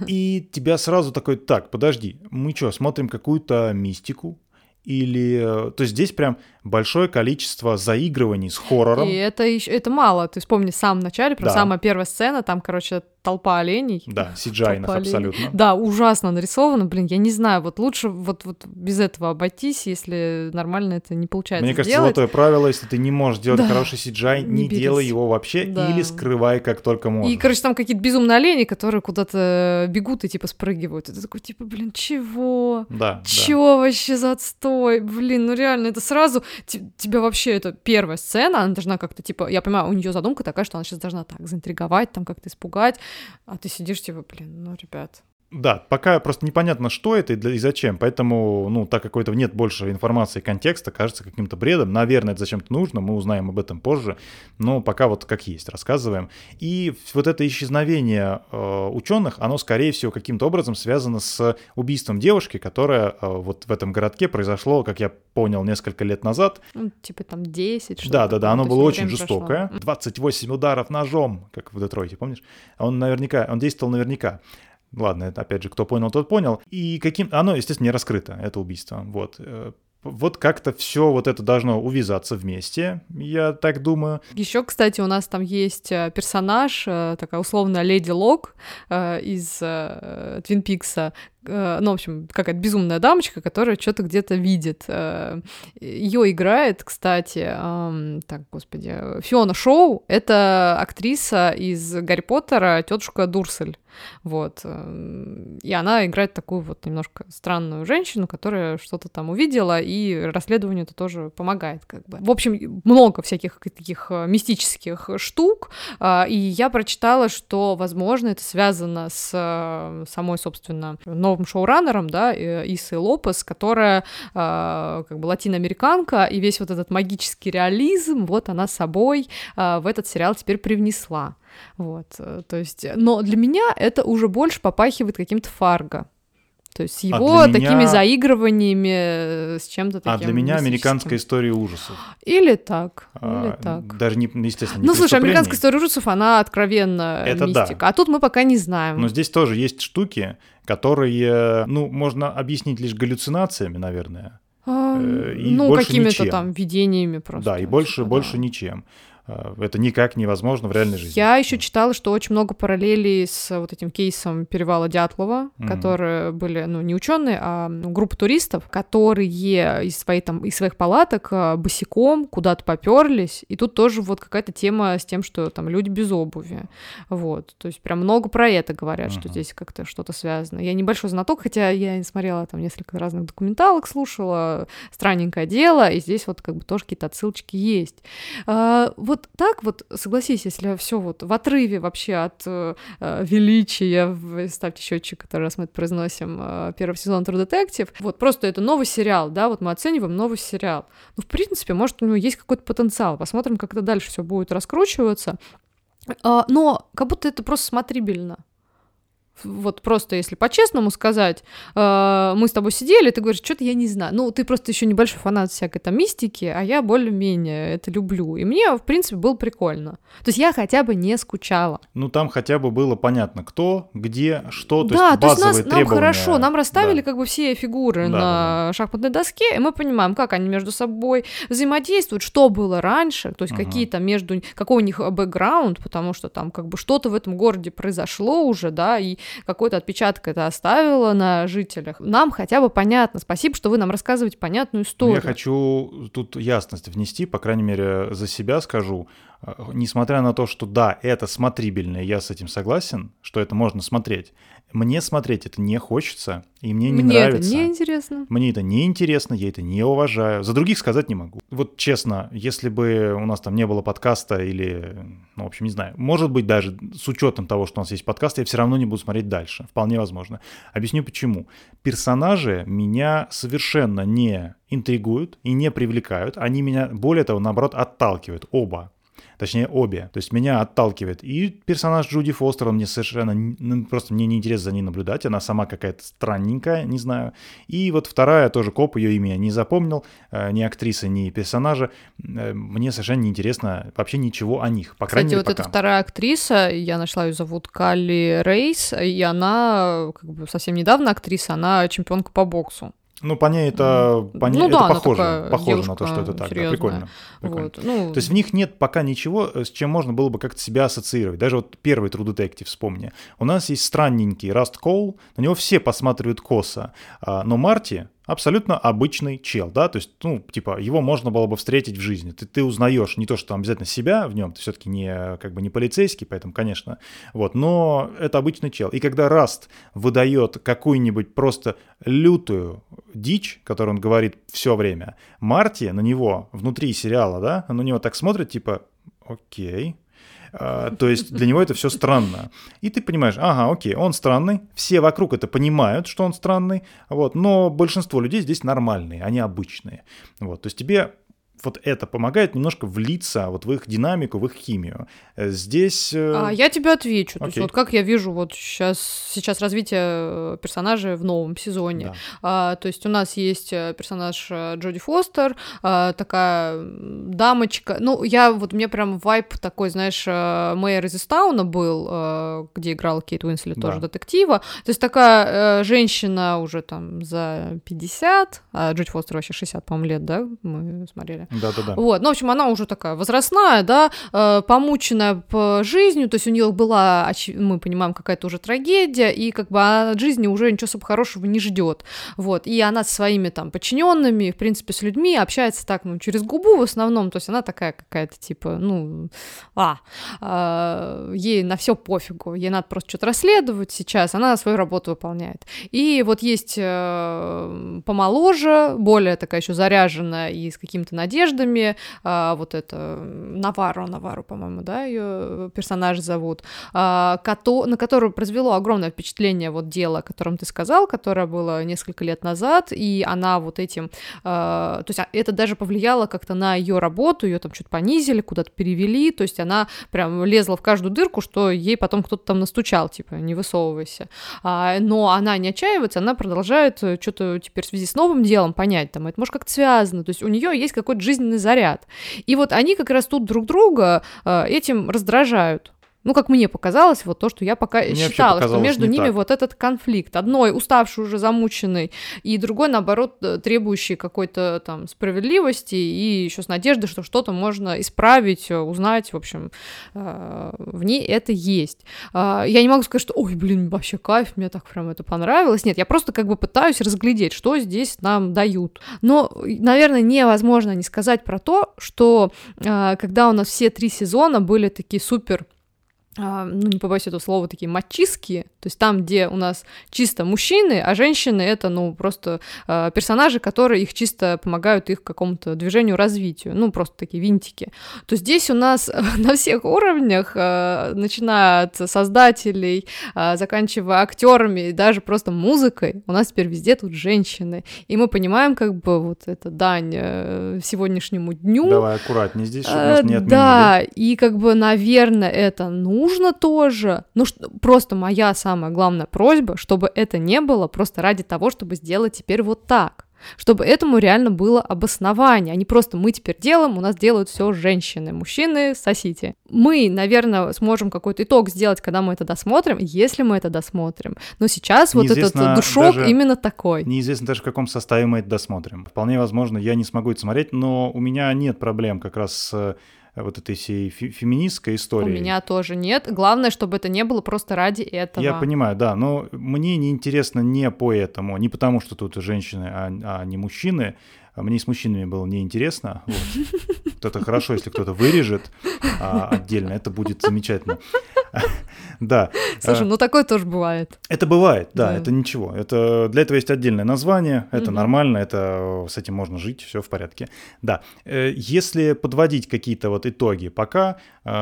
И тебя сразу такой, так, подожди, мы что, смотрим какую-то мистику? Или... То есть здесь прям большое количество заигрываний с хоррором. И это мало. Ты вспомни, в самом начале, прям самая первая сцена, там, толпа оленей. Да, CGI-ных абсолютно. Да, ужасно нарисовано. Блин, я не знаю, вот лучше вот без этого обойтись, если нормально это не получается. Мне кажется, сделать. золотое правило, если ты не можешь делать хороший CGI, не делай его вообще или скрывай как только можешь. И, там какие-то безумные олени, которые куда-то бегут и спрыгивают. И ты такой, блин, чего? Да. Чего вообще за отстой? Блин, реально, это сразу... Тебя вообще, это первая сцена, она должна как-то, я понимаю, у нее задумка такая, что она сейчас должна так заинтриговать, там как-то испугать, а ты сидишь, блин, ребят... Да, пока просто непонятно, что это и зачем, поэтому, так как нет больше информации и контекста, кажется каким-то бредом. Наверное, это зачем-то нужно, мы узнаем об этом позже, но пока вот как есть, рассказываем. И вот это исчезновение ученых, оно, скорее всего, каким-то образом связано с убийством девушки, которая вот в этом городке произошло, как я понял, несколько лет назад. 10, что-то. Да, оно было очень жестокое. 28 ударов ножом, как в Детройте, помнишь? Он действовал наверняка. Ладно, это опять же, кто понял, тот понял. И оно, естественно, не раскрыто, это убийство. Вот как-то все вот это должно увязаться вместе, я так думаю. Еще, кстати, у нас там есть персонаж, такая условная леди Лок из Твин Пикса. В общем, какая-то безумная дамочка, которая что-то где-то видит. Ее играет, кстати, Фиона Шоу. Это актриса из Гарри Поттера, тетушка Дурсель. Вот. И она играет такую вот немножко странную женщину, которая что-то там увидела, и расследованию это тоже помогает, В общем, много всяких таких мистических штук, и я прочитала, что, возможно, это связано с самой, собственно, новым шоураннером, Исой Лопес, которая латиноамериканка, и весь вот этот магический реализм, вот она с собой в этот сериал теперь привнесла. Вот, то есть, но для меня это уже больше попахивает каким-то Фарго. То есть с его такими заигрываниями с чем-то таким. А для меня американская история ужасов. Или так. Даже, естественно, не слушай, американская история ужасов, она откровенно это мистика. Да. А тут мы пока не знаем. Но здесь тоже есть штуки, которые, можно объяснить лишь галлюцинациями, наверное. И какими-то ничем. Там видениями просто. Да, и больше ничем. Это никак невозможно в реальной жизни. Я еще читала, что очень много параллелей с вот этим кейсом перевала Дятлова, которые были, не ученые, а группа туристов, которые из своих палаток босиком куда-то поперлись, и тут тоже вот какая-то тема с тем, что там люди без обуви, вот, то есть прям много про это говорят, что здесь как-то что-то связано. Я небольшой знаток, хотя я смотрела там несколько разных документалок, слушала, странненькое дело, и здесь вот тоже какие-то отсылочки есть. Вот так вот, согласись, если все вот в отрыве вообще от величия, ставьте счетчик, который раз мы это произносим, первый сезон True Detective, вот просто это новый сериал, вот мы оцениваем новый сериал. В принципе, может, у него есть какой-то потенциал, посмотрим, как это дальше все будет раскручиваться, но как будто это просто смотрибельно. Вот просто, если по-честному сказать, мы с тобой сидели, ты говоришь, что-то я не знаю. Ты просто еще небольшой фанат всякой там мистики, а я более-менее это люблю. И мне, в принципе, было прикольно. То есть я хотя бы не скучала. Там хотя бы было понятно, кто, где, что, то есть базовые требования. Нам хорошо, нам расставили все фигуры на шахматной доске, и мы понимаем, как они между собой взаимодействуют, что было раньше, то есть какой у них бэкграунд, потому что там что-то в этом городе произошло уже, и какой-то отпечаток это оставило на жителях. Нам хотя бы понятно. Спасибо, что вы нам рассказываете понятную историю. Я хочу тут ясность внести, по крайней мере, за себя скажу. Несмотря на то, что да, это смотрибельно, и я с этим согласен, что это можно смотреть, мне смотреть это не хочется, и мне не нравится. Мне это неинтересно. Мне это неинтересно, я это не уважаю. За других сказать не могу. Вот честно, если бы у нас там не было подкаста или, ну, в общем, не знаю, может быть, даже с учетом того, что у нас есть подкаст, я все равно не буду смотреть дальше. Вполне возможно. Объясню почему. Персонажи меня совершенно не интригуют и не привлекают. Они меня, более того, наоборот, отталкивают. Оба. Точнее, обе. То есть меня отталкивает и персонаж Джуди Фостер, он мне совершенно, просто мне неинтересно за ней наблюдать, она сама какая-то странненькая, не знаю. И вот вторая, тоже коп, ее имя я не запомнил, ни актрисы, ни персонажа, мне совершенно неинтересно вообще ничего о них, по крайней мере, вот пока. эта вторая актриса, я нашла, ее зовут Калли Рейс, и она как бы совсем недавно актриса, она чемпионка по боксу. Ну, по ней это, Ну, да, похоже девушка на то, что это так. Да, прикольно. Вот, То есть в них нет пока ничего, с чем можно было бы как-то себя ассоциировать. Даже вот первый True Detective, вспомни. У нас есть странненький Раст Коул, на него все посматривают косо, но Марти абсолютно обычный чел, да, то есть, ну, типа, его можно было бы встретить в жизни. Ты узнаешь не то, что там обязательно себя в нем, ты все-таки не, как бы, не полицейский, поэтому, конечно, вот, но это обычный чел. И когда Раст выдает какую-нибудь просто лютую дичь, которую он говорит все время, Марти на него внутри сериала, да, на него так смотрит, типа, окей. То есть для него это все странно. И ты понимаешь, ага, окей, он странный, все вокруг это понимают, что он странный, вот, но большинство людей здесь нормальные, они обычные. Вот, то есть тебе вот это помогает немножко влиться вот в их динамику, в их химию. Здесь... Я тебе отвечу. То есть Окей. вот как я вижу вот сейчас развитие персонажей в новом сезоне. Да. То есть у нас есть персонаж Джоди Фостер, такая дамочка. Ну, у меня прям вайб такой, знаешь, Мэйр из Истауна был, где играла Кейт Уинслет, Да. тоже детектива. То есть такая женщина уже там за 50, а Джоди Фостер вообще 60, по-моему, лет, да, мы смотрели. Да-да-да. Вот, ну, в общем, она уже такая возрастная, да, помученная по жизни, то есть у нее была, мы понимаем, какая-то уже трагедия, и как бы она от жизни уже ничего особо хорошего не ждет, вот, и она со своими там подчиненными, в принципе, с людьми общается так, ну, через губу в основном, то есть она такая какая-то, типа, ну, ей на все пофигу, ей надо просто что-то расследовать сейчас, она свою работу выполняет. И вот есть помоложе, более такая еще заряженная и с какими-то надеждами, вот это Наварро, по-моему, да, ее персонаж зовут, на которую произвело огромное впечатление вот дело, о котором ты сказал, которое было несколько лет назад, и она вот этим, то есть это даже повлияло как-то на ее работу, ее там что-то понизили, куда-то перевели, то есть она прям лезла в каждую дырку, что ей потом кто-то там настучал, типа, не высовывайся. Но она не отчаивается, она продолжает что-то теперь в связи с новым делом понять, там, это может как-то связано, то есть у нее есть какой-то жизненный заряд. И вот они как раз тут друг друга этим раздражают. Ну, как мне показалось, вот то, что я пока считала, что между ними вот этот конфликт. Одной уставший, уже замученный, и другой, наоборот, требующий какой-то там справедливости и еще с надеждой, что что-то можно исправить, узнать, в общем, в ней это есть. Я не могу сказать, что, ой, блин, вообще кайф, мне так прям это понравилось. Нет, я просто как бы пытаюсь разглядеть, что здесь нам дают. Но, наверное, невозможно не сказать про то, что когда у нас все 3 сезона были такие супер, ну, не побоюсь этого слова, такие мачистские, то есть там, где у нас чисто мужчины, а женщины — это, ну, просто персонажи, которые их чисто помогают их какому-то движению, развитию, ну, просто такие винтики, то здесь у нас на всех уровнях, начиная от создателей, заканчивая актерами и даже просто музыкой, у нас теперь везде тут женщины, и мы понимаем, как бы, вот это дань сегодняшнему дню. Давай аккуратнее здесь, чтобы нас не отменили. Да, и как бы, наверное, это нужно тоже, но просто моя самая главная просьба, чтобы это не было просто ради того, чтобы сделать теперь вот так, чтобы этому реально было обоснование, а не просто мы теперь делаем, у нас делают все женщины, мужчины, сосите. Мы, наверное, сможем какой-то итог сделать, когда мы это досмотрим, если мы это досмотрим, но сейчас вот этот душок именно такой. Неизвестно даже, в каком составе мы это досмотрим. Вполне возможно, я не смогу это смотреть, но у меня нет проблем как раз с вот этой всей феминистской истории. У меня тоже нет. Главное, чтобы это не было просто ради этого. Я понимаю, да, но мне не интересно не поэтому, не потому, что тут женщины, а не мужчины. Мне с мужчинами было неинтересно. Вот это хорошо, если кто-то вырежет отдельно, это будет замечательно. Да. Слушай, ну такое тоже бывает. Это бывает, да, это ничего. Это, для этого есть отдельное название, это нормально, это, с этим можно жить, все в порядке. Да. Если подводить какие-то вот итоги пока,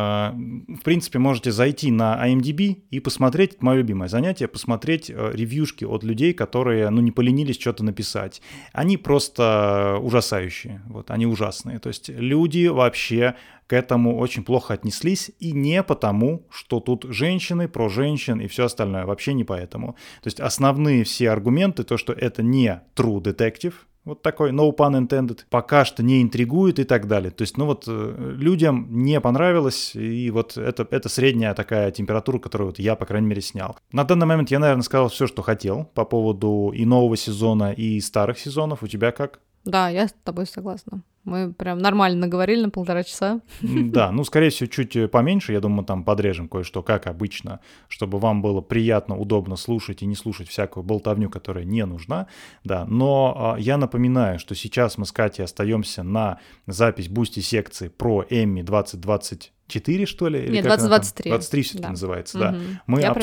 в принципе, можете зайти на IMDb и посмотреть, это мое любимое занятие, посмотреть ревьюшки от людей, которые, не поленились что-то написать. Они просто ужасающие, вот, они ужасные. То есть люди вообще к этому очень плохо отнеслись, и не потому, что тут женщины, про женщин и все остальное, вообще не поэтому. То есть основные все аргументы, то, что это не true detective, вот такой, no pun intended, пока что не интригует и так далее. То есть, людям не понравилось, и вот это средняя такая температура, которую вот я, по крайней мере, снял. На данный момент я, наверное, сказал все, что хотел по поводу и нового сезона, и старых сезонов. У тебя как? Да, я с тобой согласна. Мы прям нормально наговорили на 1,5 часа. Да, скорее всего, чуть поменьше. Я думаю, мы там подрежем кое-что, как обычно, чтобы вам было приятно, удобно слушать и не слушать всякую болтовню, которая не нужна. Да, но я напоминаю, что сейчас мы с Катей остаемся на запись бусти-секции про Эмми 2024, что ли? Нет, 2023. 23 все-таки называется, да. Мы Я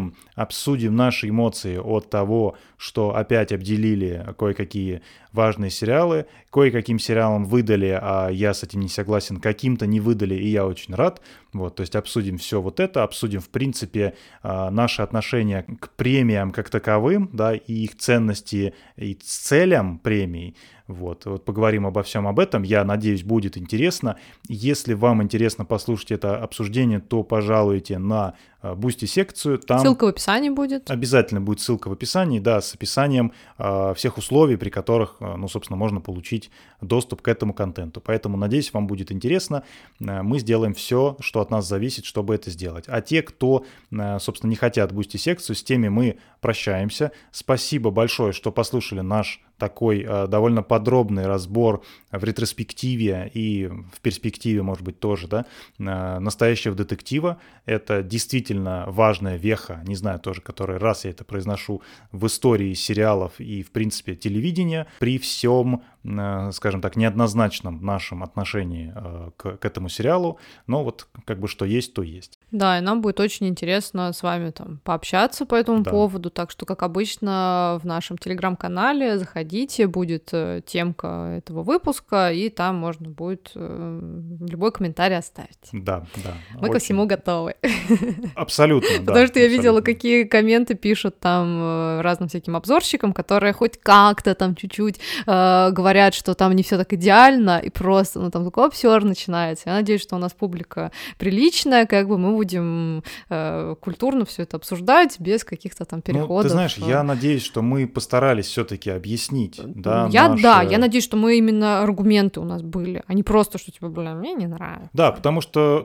обсудим наши эмоции от того, что опять обделили кое-какие важные сериалы, кое-каким сериалам выдали, а я с этим не согласен, каким-то не выдали, и я очень рад. Вот, то есть обсудим все вот это, обсудим, в принципе, наши отношения к премиям как таковым, да, и их ценности и целям премий. Вот поговорим обо всем об этом. Я надеюсь, будет интересно. Если вам интересно послушать это обсуждение, то пожалуйте на Бусти-секцию. Там ссылка в описании будет. Обязательно будет ссылка в описании, да, с описанием всех условий, при которых, собственно, можно получить доступ к этому контенту. Поэтому, надеюсь, вам будет интересно. Мы сделаем все, что от нас зависит, чтобы это сделать. А те, кто, собственно, не хотят Бусти-секцию, с теми мы прощаемся. Спасибо большое, что послушали наш такой довольно подробный разбор в ретроспективе и в перспективе, может быть, тоже, да, настоящего детектива. Это действительно важная веха, не знаю тоже, который раз я это произношу, в истории сериалов и, в принципе, телевидения, при всем, скажем так, неоднозначном нашем отношении к этому сериалу, но вот как бы что есть, то есть. Да, и нам будет очень интересно с вами там пообщаться по этому поводу, так что, как обычно, в нашем телеграм-канале заходите, будет темка этого выпуска, и там можно будет любой комментарий оставить. Да. Мы ко всему готовы. Абсолютно, да. Потому что я видела, какие комменты пишут там разным всяким обзорщикам, которые хоть как-то там чуть-чуть говорят, что там не все так идеально, и просто, там такой обсер начинается. Я надеюсь, что у нас публика приличная, как бы мы будем культурно все это обсуждать без каких-то там переходов. Ты знаешь, я надеюсь, что мы постарались все-таки объяснить, да, я надеюсь, что мы именно аргументы у нас были, а не просто, что типа, мне не нравится. Да, потому что,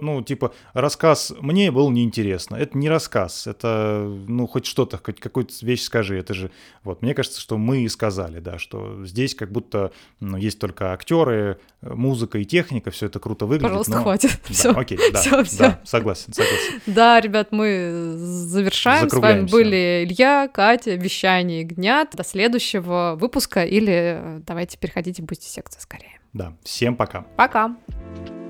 рассказ мне был неинтересно. Это не рассказ, это, хоть что-то, хоть какую-то вещь скажи. Это же, мне кажется, что мы сказали, да, что здесь как будто есть только актеры, музыка и техника, все это круто выглядит. Пожалуйста, хватит. Да, всё. окей, да, Всё. да, согласен. Да, ребят, мы завершаем. С вами были Илья, Катя, Вещание Ягнят. До следующего выпуска или давайте переходите в Бусти-секцию скорее. Да, всем пока. Пока.